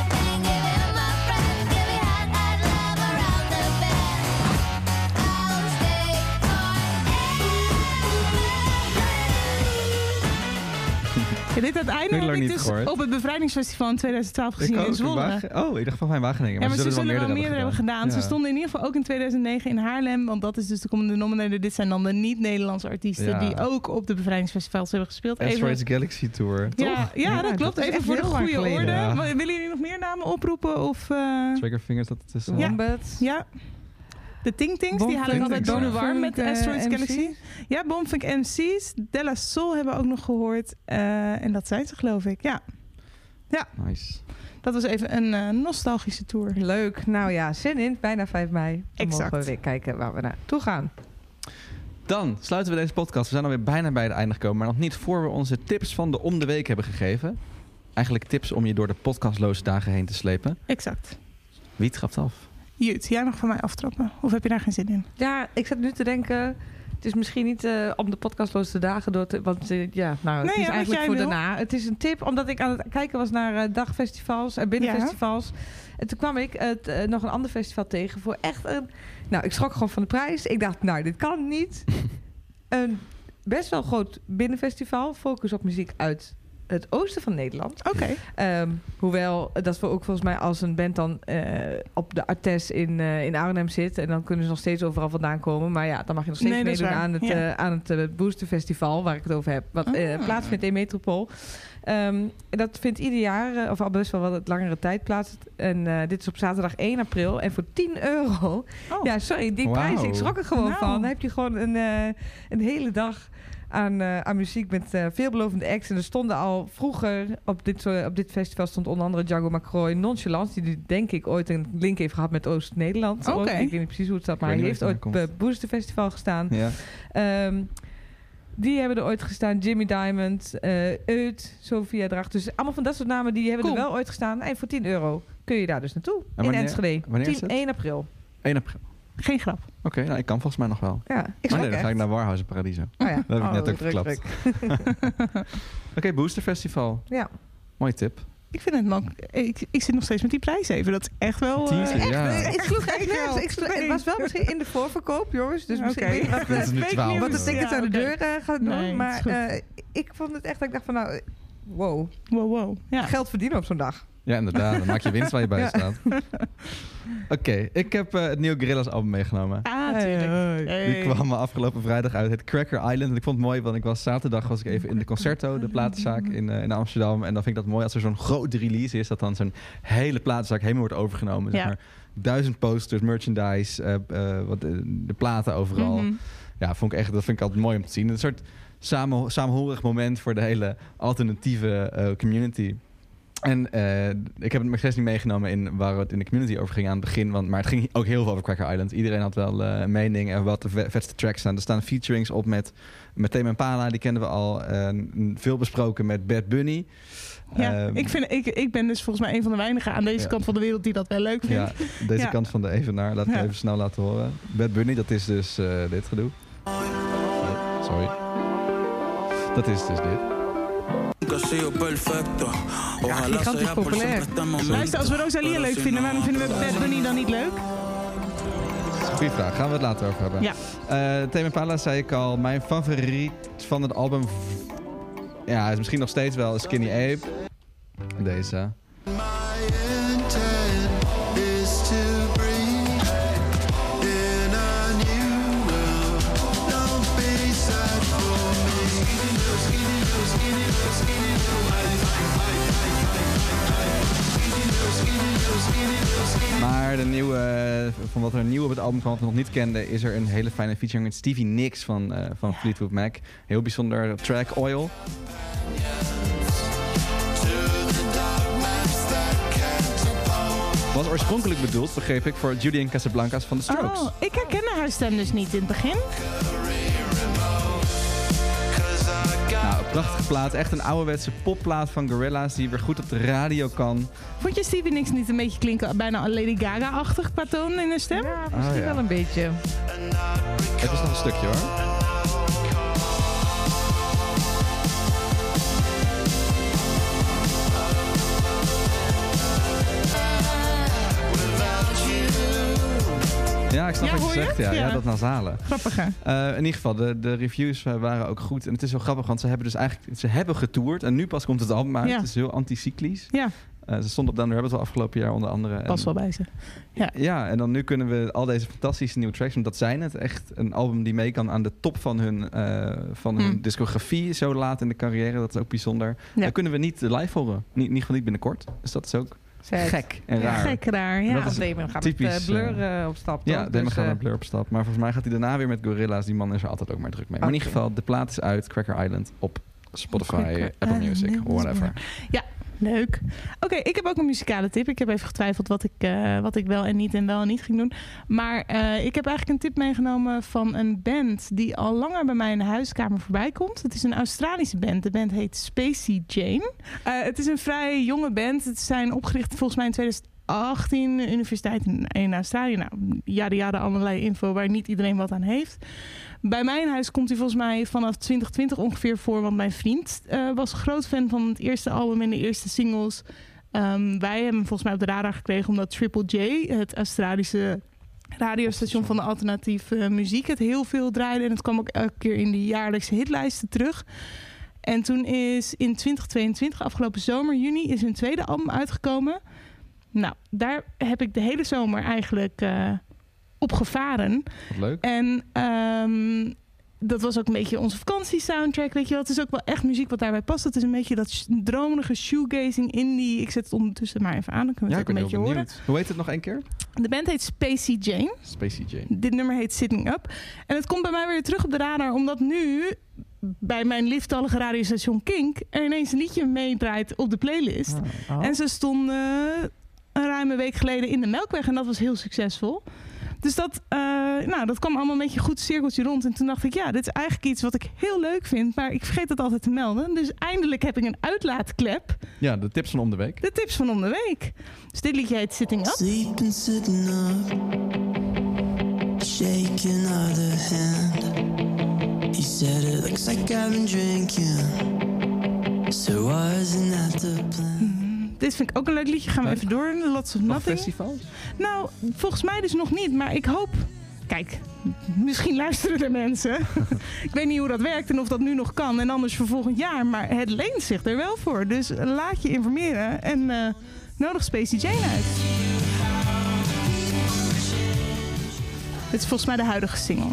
Ja, dit uiteinde Heel heb lang ik niet dus gehoord. op het bevrijdingsfestival in twintig twaalf gezien Ik ook, in Zwolle. Wagen- oh, ik dacht van mijn Wageningen. Ja, maar ze zullen wel meer meer hebben gedaan. Ze Ja. stonden in ieder geval ook in tweeduizend negen in Haarlem. Want dat is dus de komende nominator. Dit zijn dan de niet-Nederlandse artiesten... Ja. die ook op de bevrijdingsfestivals hebben gespeeld. Asteroids Galaxy Tour, toch? Ja, ja, Ja, dat klopt. dat is Even echt voor de heel lang goede geleden. orde. Ja. Maar willen jullie nog meer namen oproepen? Of, uh... Triggerfingers, dat het is... uh, Ja. Wombat. Ja. De Ting Tings, die halen ik altijd Ting door de Tings, warm ja. met Bomfunk, Asteroids eh, Galaxy. M C's. Ja, Bomfunk M C's. Della Soul hebben we ook nog gehoord. Uh, en dat zijn ze, geloof ik. Ja, Nice. dat was even een uh, nostalgische tour. Leuk. Nou ja, zin in. Bijna vijf mei. Dan Exact. mogen we weer kijken waar we naartoe gaan. Dan sluiten we deze podcast. We zijn alweer bijna bij het einde gekomen. Maar nog niet voor we onze tips van de om de week hebben gegeven. Eigenlijk tips om je door de podcastloze dagen heen te slepen. Exact. Wie trapt af? Jut, jij mag van mij aftrappen. Of heb je daar geen zin in? Ja, ik zat nu te denken... Het is misschien niet uh, om de podcastloze dagen door te... Want uh, ja, nou, het Nee, is ja, wat eigenlijk jij voor wil. daarna. Het is een tip, omdat ik aan het kijken was naar uh, dagfestivals en binnenfestivals. En toen kwam ik het, uh, nog een ander festival tegen voor echt een... Nou, ik schrok gewoon van de prijs. Ik dacht, nou, dit kan niet. Een best wel groot binnenfestival. Focus op muziek uit het oosten van Nederland. Oké. Okay. Um, hoewel dat we ook volgens mij als een band dan uh, op de Artes in, uh, in Arnhem zit. En dan kunnen ze nog steeds overal vandaan komen. Maar ja, dan mag je nog steeds nee, meedoen aan het, ja. uh, aan het uh, Booster Festival, waar ik het over heb. Wat uh, ah. plaatsvindt in Metropool. Um, dat vindt ieder jaar, uh, of al best wel wat langere tijd plaats. En uh, dit is op zaterdag één april. En voor tien euro. Oh. Ja, sorry, die wow. prijs, ik schrok er gewoon nou. van. Dan heb je gewoon een, uh, een hele dag aan, uh, aan muziek met uh, veelbelovende acts. En er stonden al vroeger op dit, uh, op dit festival stond onder andere Django McCroy, Nonchalance, die denk ik ooit een link heeft gehad met Oost-Nederland. Okay. Ik weet niet precies hoe het zat, maar hij heeft ooit op het Booster Festival gestaan. Ja. Um, Die hebben er ooit gestaan. Jimmy Diamond, uh, Eut, Sophia Dracht. Dus allemaal van dat soort namen die hebben cool. er wel ooit gestaan. En voor tien euro kun je daar dus naartoe. En in Enschede. Wanneer één april. één april. Geen grap. Oké, okay, nou, ik kan volgens mij nog wel. Ja, ik maar nee, dan echt. ga ik naar Warhouse Paradiso. Oh, ja. Dat heb ik oh, net ook druk, verklapt. Oké, okay, Booster Festival. Ja. Mooie tip. Ik vind het man. Ik, ik zit nog steeds met die prijs even. Dat is echt wel. Teaser, uh, ja. Echt, ik sloeg echt nergens. Ik sloeg, het was wel misschien in de voorverkoop, jongens. Dus misschien okay. weet je wat, is nu twaalf, wat de tickets ja, aan de okay. deur uh, gaat doen. Nee, maar uh, ik vond het echt dat ik dacht van nou, wow. Wow, wow. Ja. Geld verdienen op zo'n dag. Ja, inderdaad. Dan maak je winst waar je bij ja. staat. Oké, okay, ik heb uh, het nieuwe Gorillaz album meegenomen. Ah, natuurlijk. Hey. Die kwam afgelopen vrijdag uit. Het heet Cracker Island. En ik vond het mooi, want ik was zaterdag was ik even in de Concerto, de platenzaak in, uh, in Amsterdam. En dan vind ik dat mooi als er zo'n grote release is, dat dan zo'n hele platenzaak helemaal wordt overgenomen. Ja. Zeg maar, duizend posters, merchandise, uh, uh, wat, uh, de platen overal. Mm-hmm. Ja, vond ik echt, dat vind ik altijd mooi om te zien. Een soort samen, samenhorig moment voor de hele alternatieve uh, community. En uh, ik heb het Mercedes niet meegenomen in waar het in de community over ging aan het begin. Want, maar het ging ook heel veel over Cracker Island. Iedereen had wel uh, een mening en wat de vetste tracks staan. Er staan featurings op met, met Tame Impala. Die kenden we al. Uh, veel besproken met Bad Bunny. Ja, uh, ik, vind, ik, ik ben dus volgens mij een van de weinigen aan deze ja. kant van de wereld die dat wel leuk vindt. Ja, deze ja. kant van de evenaar. Laat ik ja. even snel laten horen. Bad Bunny, dat is dus uh, dit gedoe. Oh, sorry. Dat is dus dit. Ja, gigantisch populair. Luister, als we Rosalia leuk vinden, waarom vinden we Bad Bunny dan niet leuk? Goeie vraag, gaan we het later over hebben. Ja. Uh, Tame Impala zei ik al, mijn favoriet van het album, ja, is misschien nog steeds wel Skinny Ape. Deze. Maar de nieuwe, van wat er nieuw op het album kwam, wat we nog niet kenden, is er een hele fijne featuring met Stevie Nicks van, uh, van Fleetwood Mac. Heel bijzonder track, Oil. Was oorspronkelijk bedoeld, begreep ik, voor Julian Casablancas van The Strokes. Oh, ik herkende haar stem dus niet in het begin. Nou, een prachtige plaat. Echt een ouderwetse popplaat van Gorillaz die weer goed op de radio kan. Vond je Stevie Nicks niet een beetje klinken bijna Lady Gaga-achtig qua toon in de stem? Ja, misschien oh, ja. wel een beetje. Het is nog een stukje hoor. Ja, ik snap ja, wat je zegt. Ja. Ja. ja, dat nasale. Grappig hè? Uh, in ieder geval, de, de reviews waren ook goed. En het is wel grappig, want ze hebben dus eigenlijk ze hebben getoerd. En nu pas komt het album uit. Ja. Het is heel anticyclisch. Ja. Uh, ze stond op Down the Rabbit Hole afgelopen jaar onder andere. Pas wel bij ze. Ja. ja, en dan nu kunnen we al deze fantastische nieuwe tracks. Want dat zijn het. Echt een album die mee kan aan de top van hun, uh, van hun hmm. discografie. Zo laat in de carrière. Dat is ook bijzonder. Ja. Dan kunnen we niet live horen. Niet, in ieder geval niet binnenkort. Dus dat is ook... Zet. Gek en raar. Gek raar, ja. Dat is Damon gaat typisch, met uh, Blur uh, op stap. Ja, Damon dus, gaat uh, met Blur op stap. Maar volgens mij gaat hij daarna weer met Gorillaz. Die man is er altijd ook maar druk mee. Okay. Maar in ieder geval, de plaat is uit. Cracker Island op Spotify, Cracker Apple Music, uh, whatever. Ja, leuk. Oké, okay, ik heb ook een muzikale tip. Ik heb even getwijfeld wat ik, uh, wat ik wel en niet en wel en niet ging doen. Maar uh, ik heb eigenlijk een tip meegenomen van een band die al langer bij mij in de huiskamer voorbij komt. Het is een Australische band. De band heet Spacey Jane. Uh, het is een vrij jonge band. Het zijn opgericht volgens mij in tweeduizend achttien, universiteit in, in Australië. Nou, jaren jaren allerlei info waar niet iedereen wat aan heeft. Bij mij in huis komt hij volgens mij vanaf twintig twintig ongeveer voor, want mijn vriend uh, was groot fan van het eerste album en de eerste singles. Um, wij hebben hem volgens mij op de radar gekregen omdat Triple J, het Australische radiostation van de alternatieve uh, muziek, het heel veel draaide en het kwam ook elke keer in die jaarlijkse hitlijsten terug. En toen is in twintig tweeëntwintig, afgelopen zomer, juni, is hun tweede album uitgekomen. Nou, daar heb ik de hele zomer eigenlijk uh, op gevaren. Wat leuk. En um, dat was ook een beetje onze vakantiesoundtrack, weet je wel. Het is ook wel echt muziek wat daarbij past. Het is een beetje dat dromerige shoegazing indie. Ik zet het ondertussen maar even aan, dan kunnen we Ja, het ook een beetje horen. Hoe heet het nog één keer? De band heet Spacey Jane. Spacey Jane. Dit nummer heet Sitting Up. En het komt bij mij weer terug op de radar, omdat nu bij mijn lieftallige radiostation Kink er ineens een liedje meedraait op de playlist. Oh. Oh. En ze stonden uh, een ruime week geleden in de Melkweg en dat was heel succesvol. Dus dat, uh, nou, dat kwam allemaal een beetje goed cirkeltje rond. En toen dacht ik, ja, dit is eigenlijk iets wat ik heel leuk vind. Maar ik vergeet het altijd te melden. Dus eindelijk heb ik een uitlaatklep. Ja, de tips van om de week. De tips van om de week. Dus dit liedje heet Sitting Up. Sleeping, sitting up, shaking other hand. He said it looks like I've been drinking, so wasn't that the plan? Dit vind ik ook een leuk liedje. Gaan we even door. Lots of Nothing. Festivals? Nou, volgens mij dus nog niet. Maar ik hoop... Kijk, misschien luisteren er mensen. Ik weet niet hoe dat werkt en of dat nu nog kan. En anders voor volgend jaar. Maar het leent zich er wel voor. Dus laat je informeren. En uh, nodig Spacey Jane uit. Dit is volgens mij de huidige single.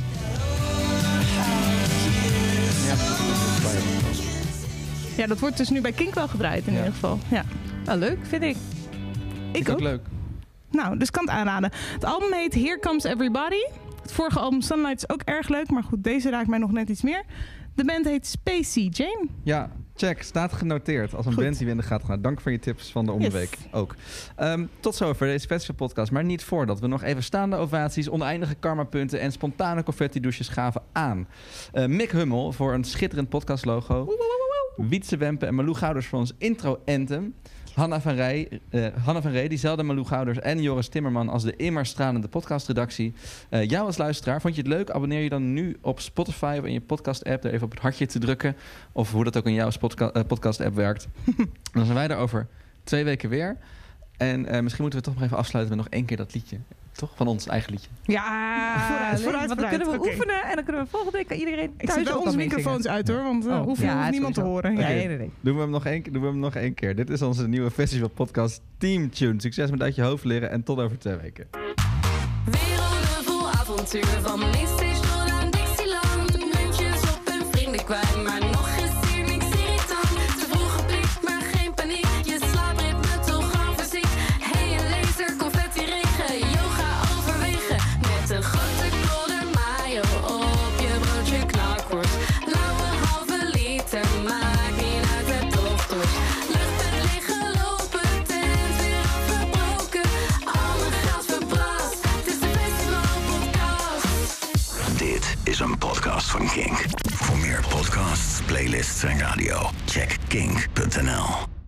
Ja, dat wordt dus nu bij Kink wel gedraaid in ja. ieder geval. Ja. Nou, leuk, vind ik. Ik ook. ook leuk. Nou, dus kan het aanraden. Het album heet Here Comes Everybody. Het vorige album Sunlight is ook erg leuk. Maar goed, deze raakt mij nog net iets meer. De band heet Spacey Jane. Ja, check. Staat genoteerd. Als een Goed. band die winnen gaat gaan. Dank voor je tips van de om de Yes. week ook. Um, tot zover deze festival podcast. Maar niet voordat we nog even staande ovaties, oneindige karmapunten en spontane confetti douches gaven aan. Uh, Mick Hummel voor een schitterend podcastlogo. Wietse Wempe en Malou Gouders voor ons intro anthem. Hanna van Rij, uh, Hanna van Rij, diezelfde Malou Gouders en Joris Timmerman als de immer stralende podcastredactie. Uh, jou als luisteraar, vond je het leuk? Abonneer je dan nu op Spotify of in je podcast-app. Er even op het hartje te drukken. Of hoe dat ook in jouw podca- uh, podcast-app werkt. Dan zijn wij er over twee weken weer. En uh, misschien moeten we toch nog even afsluiten met nog één keer dat liedje. Toch? Van ons eigen liedje. Ja, vooruit, vooruit, Want dan kunnen we okay. oefenen en dan kunnen we volgende week iedereen Ik thuis zet wel ook onze al meezingen. microfoons uit hoor, want uh, Oh. oefenen Ja, hoeft het niemand te sowieso. horen. Ja. Nee, nee, nee. Doen we hem nog één, doen we hem nog één keer. Dit is onze nieuwe festival podcast Team Tune. Succes met uit je hoofd leren en tot over twee weken. Werelden vol avontuur, van Mainstage tot aan Dixieland. Muntjes op en vrienden kwijt, maar nog is hier niks irritant. Te vroeg gepikt, maar geen paniek, je slaapritme toch al verziekt. Hey, een laser, confetti regen, yoga overwegen. Met een grote kolder mayo op je broodje knakworst. Lauwe halve liter, maakt niet uit, het toch dorst. Luchtbed liggen lopen, tent weer afgebroken. Al mijn geld verbrast, het is de festival podcast. Dit is een podcast van Kink. Voor meer podcasts, playlists en radio, check kink punt n l.